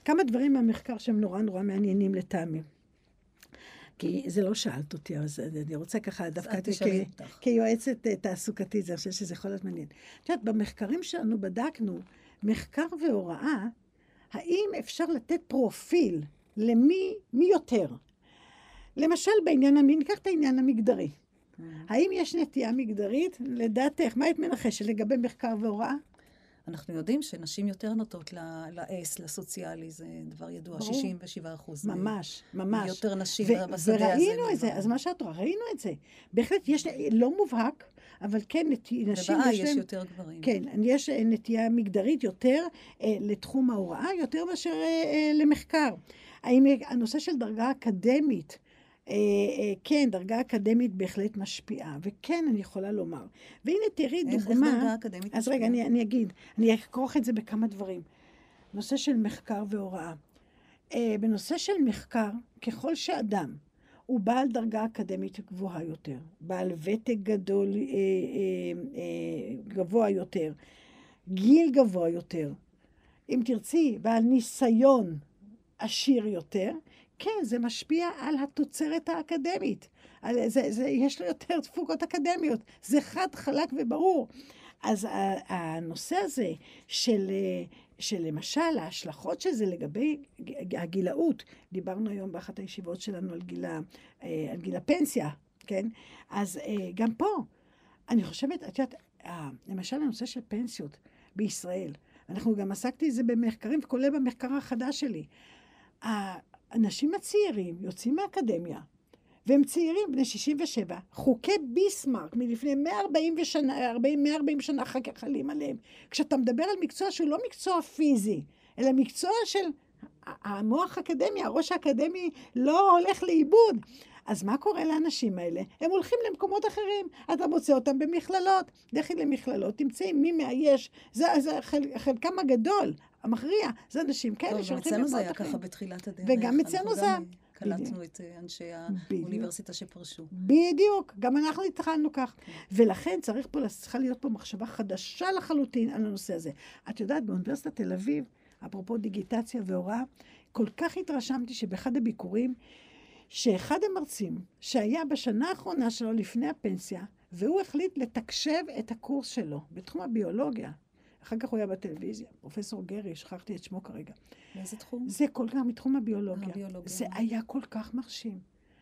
כמה דברים מהמחקר שהם נורא נורא מעניינים לטעמי. כי זה לא שאלת אותי, אז אני רוצה ככה דווקא כיועצת תעסוקתית, אני חושבת שזה יכול להיות מעניין. את יודעת, במחקרים שלנו בדקנו מחקר והוראה, האם אפשר לתת פרופיל למי יותר? למשל בעניין ניקח את העניין המגדרי. האם יש נטייה מגדרית? לדעתך, מה את מנחשת לגבי מחקר והוראה? אנחנו יודעים שנשים יותר נוטות ל-S, לסוציאלי, זה דבר ידוע, 67%. ממש, ממש. יותר נשים בשדה הזה. וראינו את זה, אז מה שאת רואה, ראינו את זה. בהחלט יש, לא מובהק, אבל כן, נשים יש יותר גברים. כן, יש נטייה מגדרית יותר לתחום ההוראה, יותר מאשר למחקר. האם הנושא של דרגה אקדמית, כן, דרגה אקדמית בהחלט משפיעה, וכן אני יכולה לומר. והנה תראי דוגמה. איך דרגה אקדמית אז רגע, אני אגיד, אני אקרוך את זה בכמה דברים. נושא של מחקר והוראה. בנושא של מחקר, ככל שאדם הוא בעל דרגה אקדמית גבוהה יותר, בעל ותק גדול, גבוה יותר, גיל גבוה יותר, אם תרצי, בעל ניסיון עשיר יותר, כן, זה משפיע על התוצרת האקדמית. יש לו יותר תפוקות אקדמיות. זה חד, חלק וברור. אז הנושא הזה של למשל ההשלכות של זה לגבי הגילאות, דיברנו היום באחת הישיבות שלנו על גיל הפנסיה, כן? אז גם פה, אני חושבת, את יודעת, למשל הנושא של פנסיות בישראל, אנחנו גם עסקתי את זה במחקרים, כולל במחקר החדש שלי. האנשים הצעירים יוצאים מהאקדמיה, והם צעירים בני 67, חוקי ביסמרק מלפני 140 שנה חלים עליהם. כשאתה מדבר על מקצוע שהוא לא מקצוע פיזי, אלא מקצוע של המוח האקדמי, הראש האקדמי לא הולך לאיבוד. אז מה קורה לאנשים האלה? הם הולכים למקומות אחרים. אתה מוצא אותם במכללות. דחי למכללות, תמצאי מי מאייש. זה חלקם הגדול, המכריע. זה אנשים כאלה שהולכים למקומות אחרים. אצלנו זה היה ככה בתחילת הדרך. וגם אצלנו זה... קלטנו את אנשי האוניברסיטה שפרשו. בדיוק, גם אנחנו התחלנו כך. ולכן צריכה להיות פה מחשבה חדשה לחלוטין על הנושא הזה. את יודעת, באוניברסיטת תל אביב, אפרופו דיגיטציה והוראה, כל כך התרשמתי שבאחד הביקורים, שאחד המרצים שהיה בשנה האחרונה שלו לפני הפנסיה, והוא החליט לתקשב את הקורס שלו בתחום הביולוגיה. אחר כך הוא היה בטלוויזיה, פרופסור גרי, שכחתי את שמו כרגע. באיזה תחום? זה כל כך מתחום הביולוגיה. זה היה כל כך מרשים.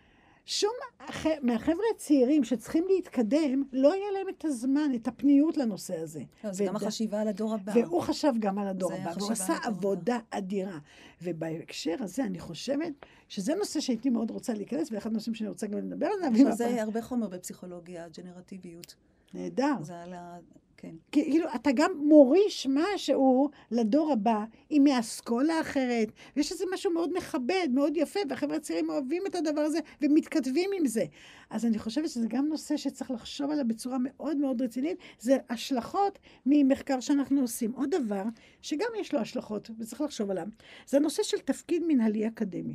שום מהחבר'ה הצעירים שצריכים להתקדם, לא היה להם את הזמן, את הפניות לנושא הזה. לא, זה גם החשיבה על הדור הבא. והוא חשב גם על הדור הבא, והוא עשה עבודה אדירה. ובהקשר הזה אני חושבת שזה נושא שהייתי מאוד רוצה להיכנס, ואחד הנושאים שאני רוצה גם לדבר עליו. זה הרבה חומר בפסיכולוגיה, ג'נרטיביות. נהדר. זה על ה... כן. כאילו, אתה גם מוריש משהו לדור הבא, עם מאסכולה אחרת, ויש איזה משהו מאוד מכבד, מאוד יפה, והחבר'ה הצעירים אוהבים את הדבר הזה, ומתכתבים עם זה. אז אני חושבת שזה גם נושא שצריך לחשוב עליו בצורה מאוד מאוד רצינית, זה השלכות ממחקר שאנחנו עושים. עוד דבר, שגם יש לו השלכות, וצריך לחשוב עליו, זה הנושא של תפקיד מנהלי אקדמי.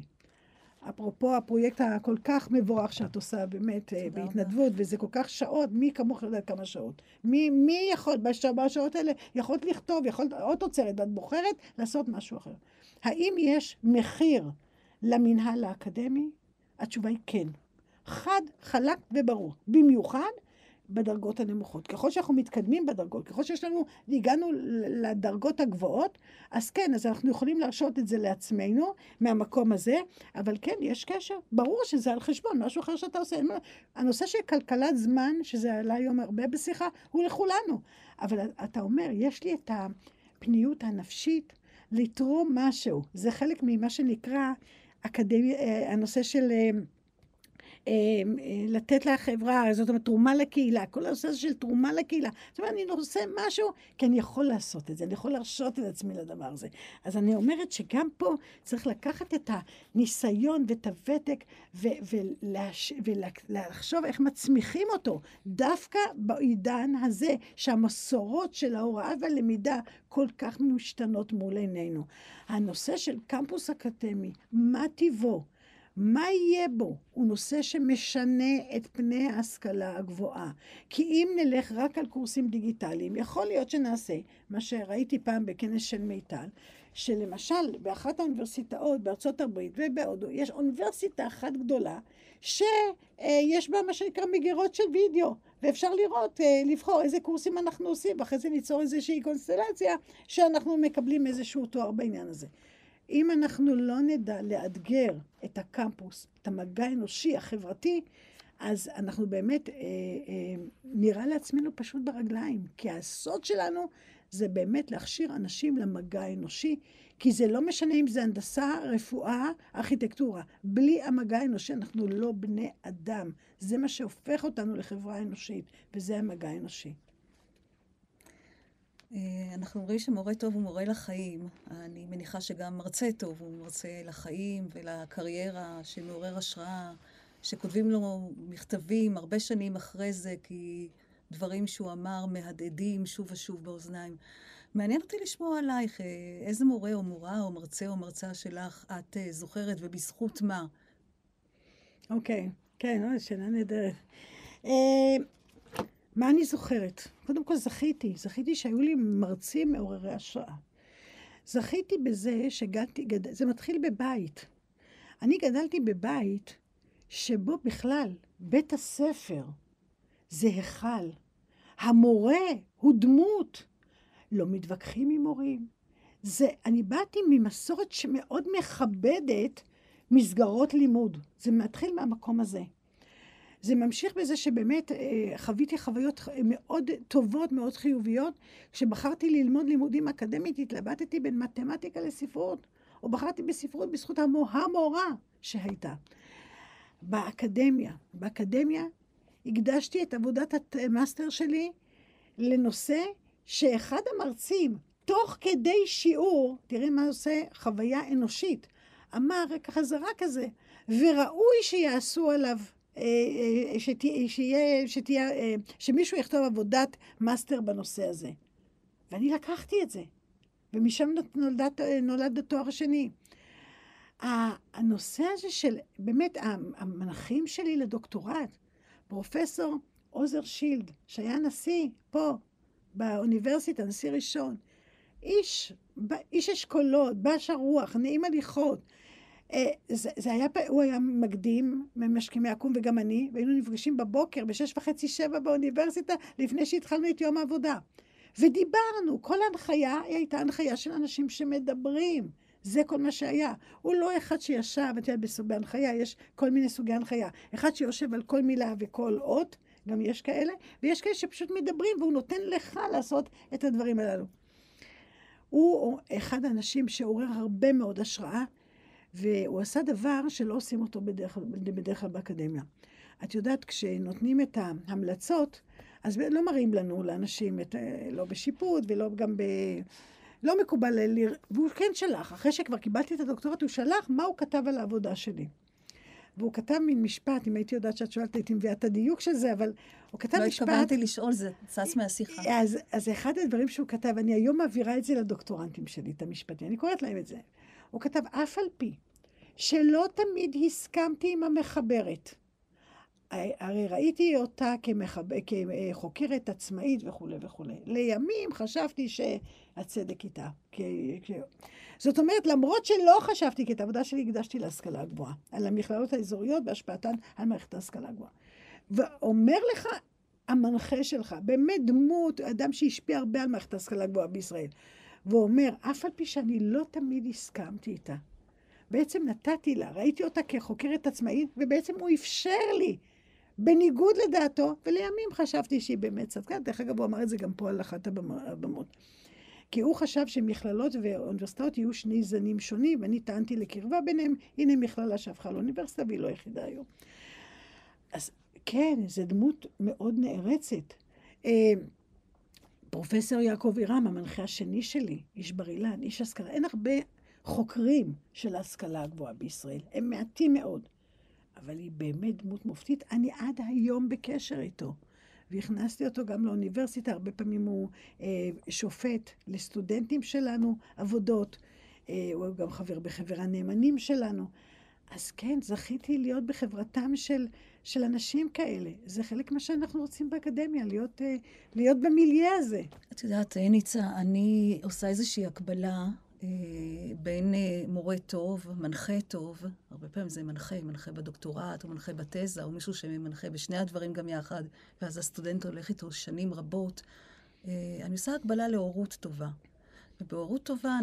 אפרופו הפרויקט הכל כך מבורך שאת עושה באמת בהתנדבות, וזה כל כך שעות, מי כמוך יודעת כמה שעות? מי יכול, בשעות האלה, יכול לכתוב, יכול עוד תוצרת, ואת בוחרת לעשות משהו אחר. האם יש מחיר למנהל האקדמי? התשובה היא כן. חד, חלק וברור. במיוחד בדרגות הנמוכות. ככל שאנחנו מתקדמים בדרגות, ככל שיש לנו, הגענו לדרגות הגבוהות, אז כן, אז אנחנו יכולים להרשות את זה לעצמנו, מהמקום הזה, אבל כן, יש קשר. ברור שזה על חשבון, משהו אחר שאתה עושה. הנושא של כלכלת זמן, שזה עלה היום הרבה בשיחה, הוא לכולנו. אבל אתה אומר, יש לי את הפניות הנפשית לתרום משהו. זה חלק ממה שנקרא הנושא של... לתת לחברה, זאת אומרת, תרומה לקהילה, כל הנושא של תרומה לקהילה. זאת אומרת, אני עושה משהו, כי אני יכול לעשות את זה, אני יכול להרשות את עצמי לדבר הזה. אז אני אומרת שגם פה צריך לקחת את הניסיון ואת הוותק, ולחשוב איך מצמיחים אותו, דווקא בעידן הזה, שהמסורות של ההוראה והלמידה כל כך משתנות מול עינינו. הנושא של קמפוס אקדמי, מה טיבו? מה יהיה בו? הוא נושא שמשנה את פני ההשכלה הגבוהה. כי אם נלך רק על קורסים דיגיטליים, יכול להיות שנעשה מה שראיתי פעם בכנס של מיטל, שלמשל באחת האוניברסיטאות בארצות הברית ובהודו יש אוניברסיטה אחת גדולה שיש בה מה שנקרא מגירות של וידאו, ואפשר לראות, לבחור איזה קורסים אנחנו עושים, ואחרי זה ליצור איזושהי קונסטלציה שאנחנו מקבלים איזשהו תואר בעניין הזה. אם אנחנו לא נדע לאתגר את הקמפוס, את המגע האנושי, החברתי, אז אנחנו באמת נראה לעצמנו פשוט ברגליים. כי הסוד שלנו זה באמת להכשיר אנשים למגע האנושי, כי זה לא משנה אם זה הנדסה, רפואה, ארכיטקטורה. בלי המגע האנושי אנחנו לא בני אדם. זה מה שהופך אותנו לחברה אנושית, וזה המגע האנושי. אנחנו אומרים שמורה טוב הוא מורה לחיים. אני מניחה שגם מרצה טוב הוא מרצה לחיים ולקריירה שמעורר השראה, שכותבים לו מכתבים הרבה שנים אחרי זה, כי דברים שהוא אמר מהדהדים שוב ושוב באוזניים. מעניין אותי לשמוע עלייך, איזה מורה או מורה או מרצה או מרצה שלך את זוכרת ובזכות מה? אוקיי, כן, שאלה נהדרת. מה אני זוכרת? קודם כל זכיתי שהיו לי מרצים מעוררי השראה. זכיתי בזה זה מתחיל בבית. אני גדלתי בבית שבו בכלל בית הספר זה היכל. המורה הוא דמות. לא מתווכחים עם מורים. אני באתי ממסורת שמאוד מכבדת מסגרות לימוד. זה מתחיל מהמקום הזה. זה ממשיך בזה שבאמת חוויתי חוויות מאוד טובות, מאוד חיוביות. כשבחרתי ללמוד לימודים אקדמית, התלבטתי בין מתמטיקה לספרות, או בחרתי בספרות בזכות המורה שהייתה. באקדמיה הקדשתי את עבודת המאסטר שלי לנושא שאחד המרצים, תוך כדי שיעור, תראי מה עושה חוויה אנושית, אמר ככה זרה כזה, וראוי שיעשו עליו, שמישהו יכתוב עבודת מאסטר בנושא הזה. ואני לקחתי את זה, ומשם נולד התואר השני. הנושא הזה של, באמת, המנחים שלי לדוקטורט, פרופסור עוזר שילד, שהיה נשיא פה, באוניברסיטה, נשיא ראשון, איש אשכולות, באש הרוח, נעים הליכות, הוא היה מקדים ממשכימי עקום וגם אני, והיינו נפגשים בבוקר, ב6:30-7 באוניברסיטה, לפני שהתחלנו את יום העבודה. ודיברנו, כל ההנחיה הייתה הנחיה של אנשים שמדברים. זה כל מה שהיה. הוא לא אחד שישב, בהנחיה יש כל מיני סוגי הנחיה. אחד שיושב על כל מילה וכל אות, גם יש כאלה, ויש כאלה שפשוט מדברים, והוא נותן לך לעשות את הדברים הללו. הוא אחד האנשים שעורר הרבה מאוד השראה, והוא עשה דבר שלא עושים אותו בדרך כלל באקדמיה. את יודעת, כשנותנים את ההמלצות, אז לא מראים לנו לאנשים, לא בשיפוט ולא גם לא מקובל, והוא כן שלח. אחרי שכבר קיבלתי את הדוקטורט, הוא שלח מה הוא כתב על העבודה שלי. והוא כתב מין משפט, אם הייתי יודעת שאת שואלת, הייתי מביאה את הדיוק של זה, אבל הוא כתב משפט... לא התכוונתי לשאול, זה צץ מהשיחה. אז אחד הדברים שהוא כתב, אני היום מעבירה את זה לדוקטורנטים שלי, את המשפטים, אני קוראת להם את זה. הוא כתב, אף על פי שלא תמיד הסכמתי עם המחברת. הרי ראיתי אותה כחוקרת עצמאית וכו' וכו'. לימים חשבתי שהצדק איתה. זאת אומרת, למרות שלא חשבתי, כי את העבודה שלי הקדשתי להשכלה הגבוהה, על המכללות האזוריות והשפעתן על מערכת ההשכלה הגבוהה. ואומר לך המנחה שלך, באמת דמות, אדם שהשפיע הרבה על מערכת ההשכלה הגבוהה בישראל, ואומר, אף על פי שאני לא תמיד הסכמתי איתה, בעצם נתתי לה, ראיתי אותה כחוקרת עצמאית, ובעצם הוא אפשר לי, בניגוד לדעתו, ולימים חשבתי שהיא באמת צדקה. דרך אגב, הוא אמר את זה גם פה על אחת הבמות. כי הוא חשב שמכללות ואוניברסיטאות יהיו שני זנים שונים, ואני טענתי לקרבה ביניהם, הנה מכללה שהפכה לאוניברסיטה, והיא לא היחידה היום. אז כן, זו דמות מאוד נערצת. פרופסור יעקב אירם, המנחה השני שלי, איש בר אילן, איש השכלה, אין הרבה חוקרים של ההשכלה הגבוהה בישראל, הם מעטים מאוד. אבל היא באמת דמות מופתית, אני עד היום בקשר איתו. והכנסתי אותו גם לאוניברסיטה, הרבה פעמים הוא שופט לסטודנטים שלנו, עבודות, הוא גם חבר בחבר הנאמנים שלנו. אז כן, זכיתי להיות בחברתם של אנשים כאלה. זה חלק מה שאנחנו רוצים באקדמיה, להיות במיליה הזה. את יודעת, ניצה, אני עושה איזושהי הקבלה בין מורה טוב, מנחה טוב, הרבה פעמים זה מנחה בדוקטורט, או מנחה בתזה, או מישהו שמנחה בשני הדברים גם יחד, ואז הסטודנט הולך איתו שנים רבות. אני עושה הקבלה להורות טובה. ובהורות טובה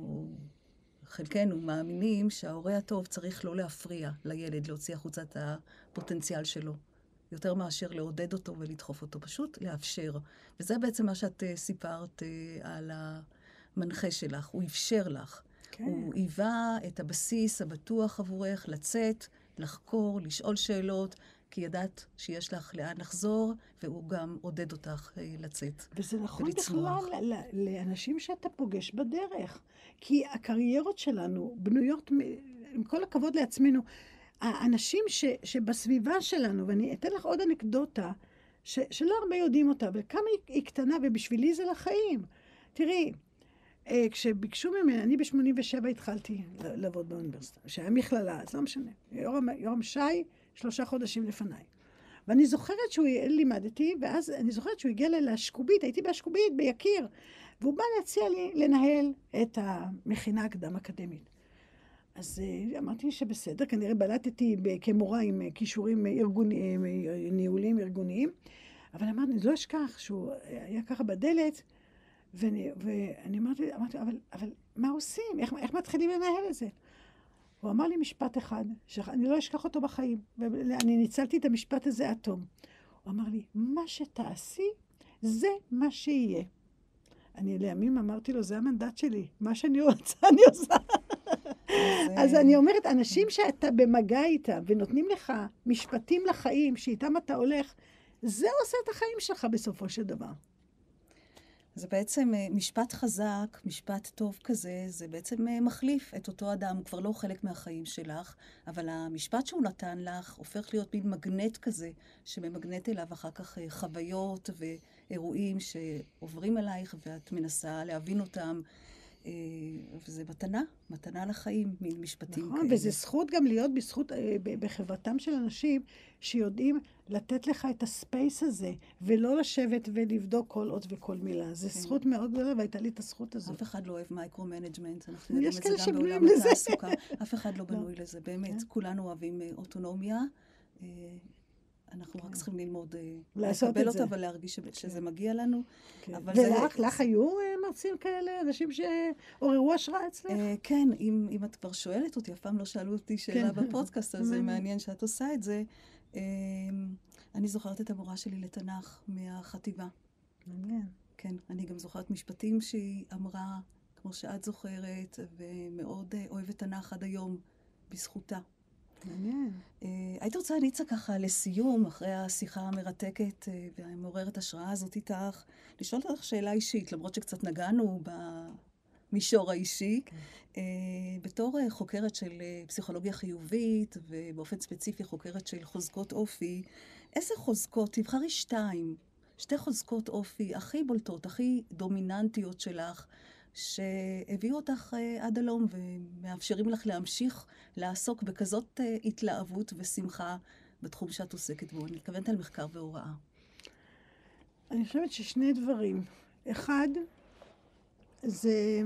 חלקנו מאמינים שההורה הטוב צריך לא להפריע לילד, להוציא החוצה את הפוטנציאל שלו. יותר מאשר לעודד אותו ולדחוף אותו, פשוט לאפשר. וזה בעצם מה שאת סיפרת על המנחה שלך. הוא אפשר לך. כן. הוא היווה את הבסיס הבטוח עבורך לצאת, לחקור, לשאול שאלות, כי ידעת שיש לך לאן לחזור, והוא גם עודד אותך לצאת. וזה נכון בכלל לאנשים שאתה פוגש בדרך. כי הקריירות שלנו בנויות, עם כל הכבוד לעצמנו, האנשים שבסביבה שלנו, ואני אתן לך עוד אנקדוטה, שלא הרבה יודעים אותה, וכמה היא קטנה, ובשבילי זה לחיים. תראי, כשביקשו ממני, אני ב-87 התחלתי לעבוד באוניברסיטה, שהיה מכללה, אז לא משנה. יורם שי, 3 חודשים לפניי. ואני זוכרת שהוא לימדתי, ואז אני זוכרת שהוא הגיע לאשקובית, הייתי באשקובית, ביקיר, והוא בא להציע לי לנהל את המכינה הקדם-אקדמית. אז אמרתי שבסדר, כנראה בלטתי כמורה עם כישורים ניהוליים ארגוניים, אבל אמרתי, אני לא אשכח שהוא היה ככה בדלת, ואני אמרתי, אבל מה עושים? איך מתחילים לנהל את זה? הוא אמר לי משפט אחד, שאני לא אשכח אותו בחיים, ואני ניצלתי את המשפט הזה עד תום. הוא אמר לי, מה שתעשי, זה מה שיהיה. אני לימים אמרתי לו, זה המנדט שלי, מה שאני רוצה, אני עושה. אז אני אומרת, אנשים שאתה במגע איתם, ונותנים לך משפטים לחיים, שאיתם אתה הולך, זה עושה את החיים שלך בסופו של דבר. זה בעצם משפט חזק, משפט טוב כזה, זה בעצם מחליף את אותו אדם, הוא כבר לא חלק מהחיים שלך, אבל המשפט שהוא נתן לך הופך להיות מין מגנט כזה, שממגנט אליו אחר כך חוויות ואירועים שעוברים עלייך, ואת מנסה להבין אותם, וזה מתנה לחיים, מין משפטים נכון, כאלה. וזה זכות גם להיות בזכות, בחברתם של אנשים שיודעים לתת לך את הספייס הזה, ולא לשבת ולבדוק כל אות וכל מילה. זה זכות מאוד גדולה, והייתה לי את הזכות הזאת. אף אחד לא אוהב מייקרו-מנג'מנט, אנחנו יודעים את זה גם שבנויים בעולם לזה. התעסוקה. אף אחד לא בנוי לזה, באמת. כולנו אוהבים אוטונומיה. אנחנו רק צריכים ללמוד לקבל אותה ולהרגיש שזה מגיע לנו. ולך היו מרצים כאלה, אנשים שעוררו השראה אצלך? כן, אם את כבר שואלת אותי, אף פעם לא שאלו אותי שאלה בפודקאסט, אז זה מעניין שאת עושה את זה. אני זוכרת את המורה שלי לתנ"ך מהחטיבה. מעניין. כן, אני גם זוכרת משפטים שהיא אמרה, כמו שאת זוכרת, ומאוד אוהבת תנ"ך עד היום, בזכותה. מעניין. הייתי רוצה, ניצה, ככה לסיום, אחרי השיחה המרתקת והמעוררת השראה הזאת איתך, לשאול אותך שאלה אישית, למרות שקצת נגענו במישור האישי, בתור חוקרת של פסיכולוגיה חיובית, ובאופן ספציפי חוקרת של חוזקות אופי, איזה חוזקות, תבחרי 2, 2 חוזקות אופי הכי בולטות, הכי דומיננטיות שלך, שהביאו אותך עד הלום ומאפשרים לך להמשיך לעסוק בכזאת התלהבות ושמחה בתחום שאת עוסקת בו. אני מתכוונת על מחקר והוראה. אני חושבת ששני דברים. אחד, זה...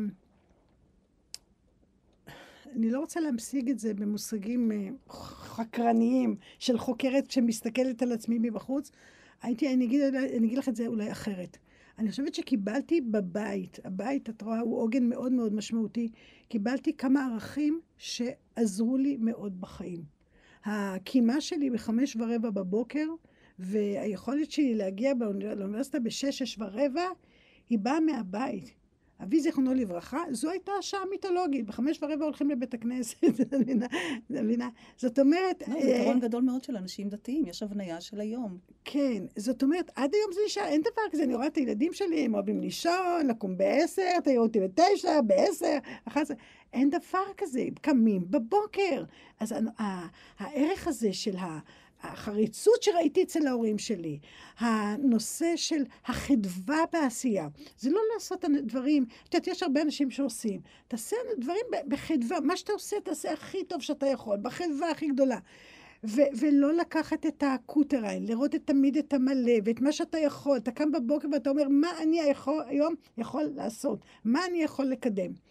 אני לא רוצה להמשיג את זה במושגים חקרניים של חוקרת שמסתכלת על עצמי מבחוץ. אני אגיד לך את זה אולי אחרת. אני חושבת שקיבלתי בבית, הבית, את רואה, הוא עוגן מאוד מאוד משמעותי, קיבלתי כמה ערכים שעזרו לי מאוד בחיים. הקימה שלי ב5:15 בבוקר, והיכולת שלי להגיע לאוניברסיטה ב6:15, היא באה מהבית. אבי זיכרונו לברכה, זו הייתה השעה מיתולוגית, ב5:15 הולכים לבית הכנסת, מבינה? זאת אומרת... זה יתרון גדול מאוד של אנשים דתיים, יש הבניה של היום. כן, זאת אומרת, עד היום זה נשאר, אין דבר כזה, אני רואה את הילדים שלי, הם אוהבים לישון, לקום ב10, תראו אותי ב9, ב10, 11, אין דבר כזה, קמים בבוקר. אז הערך הזה של החריצות שראיתי אצל ההורים שלי, הנושא של החדווה בעשייה, זה לא לעשות דברים, את יודעת, יש הרבה אנשים שעושים, תעשה דברים בחדווה, מה שאתה עושה, תעשה הכי טוב שאתה יכול, בחדווה הכי גדולה. ולא לקחת את הקוטריים, לראות תמיד את המלא, ואת מה שאתה יכול, אתה קם בבוקר ואתה אומר, מה אני היום יכול לעשות? מה אני יכול לקדם?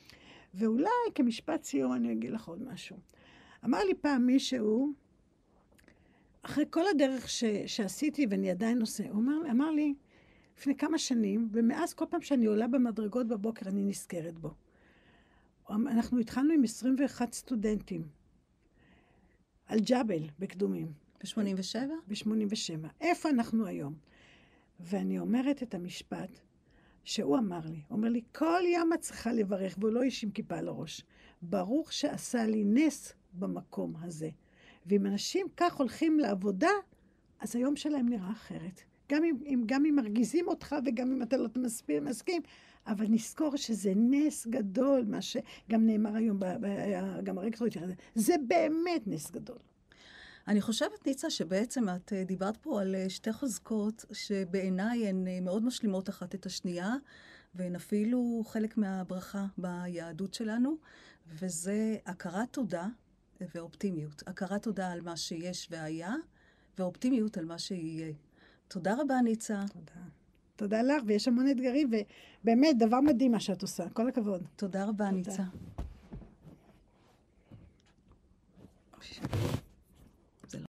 ואולי כמשפט סיום אני אגיד לך עוד משהו. אמר לי פעם מישהו, אחרי כל הדרך שעשיתי ואני עדיין עושה, הוא אמר לי, לפני כמה שנים, ומאז כל פעם שאני עולה במדרגות בבוקר אני נזכרת בו. אנחנו התחלנו עם 21 סטודנטים, על ג'בל בקדומים. ב-87? ב-87. איפה אנחנו היום? ואני אומרת את המשפט שהוא אמר לי. הוא אומר לי, כל יום את צריכה לברך, והוא לא איש עם כיפה על הראש. ברוך שעשה לי נס במקום הזה. ואם אנשים כך הולכים לעבודה, אז היום שלהם נראה אחרת. גם אם מרגיזים אותך וגם אם אתה לא מסכים, אבל נזכור שזה נס גדול, מה שגם נאמר היום, גם הרקטור התייחס, זה באמת נס גדול. אני חושבת, ניצה, שבעצם את דיברת פה על שתי חוזקות שבעיניי הן מאוד משלימות אחת את השנייה, והן אפילו חלק מהברכה ביהדות שלנו, וזה הכרת תודה ואופטימיות. הכרת תודה על מה שיש והיה, ואופטימיות על מה שיהיה. תודה רבה, ניצה. תודה. תודה לך, ויש המון אתגרים, ובאמת דבר מדהים מה שאת עושה. כל הכבוד. תודה רבה, ניצה.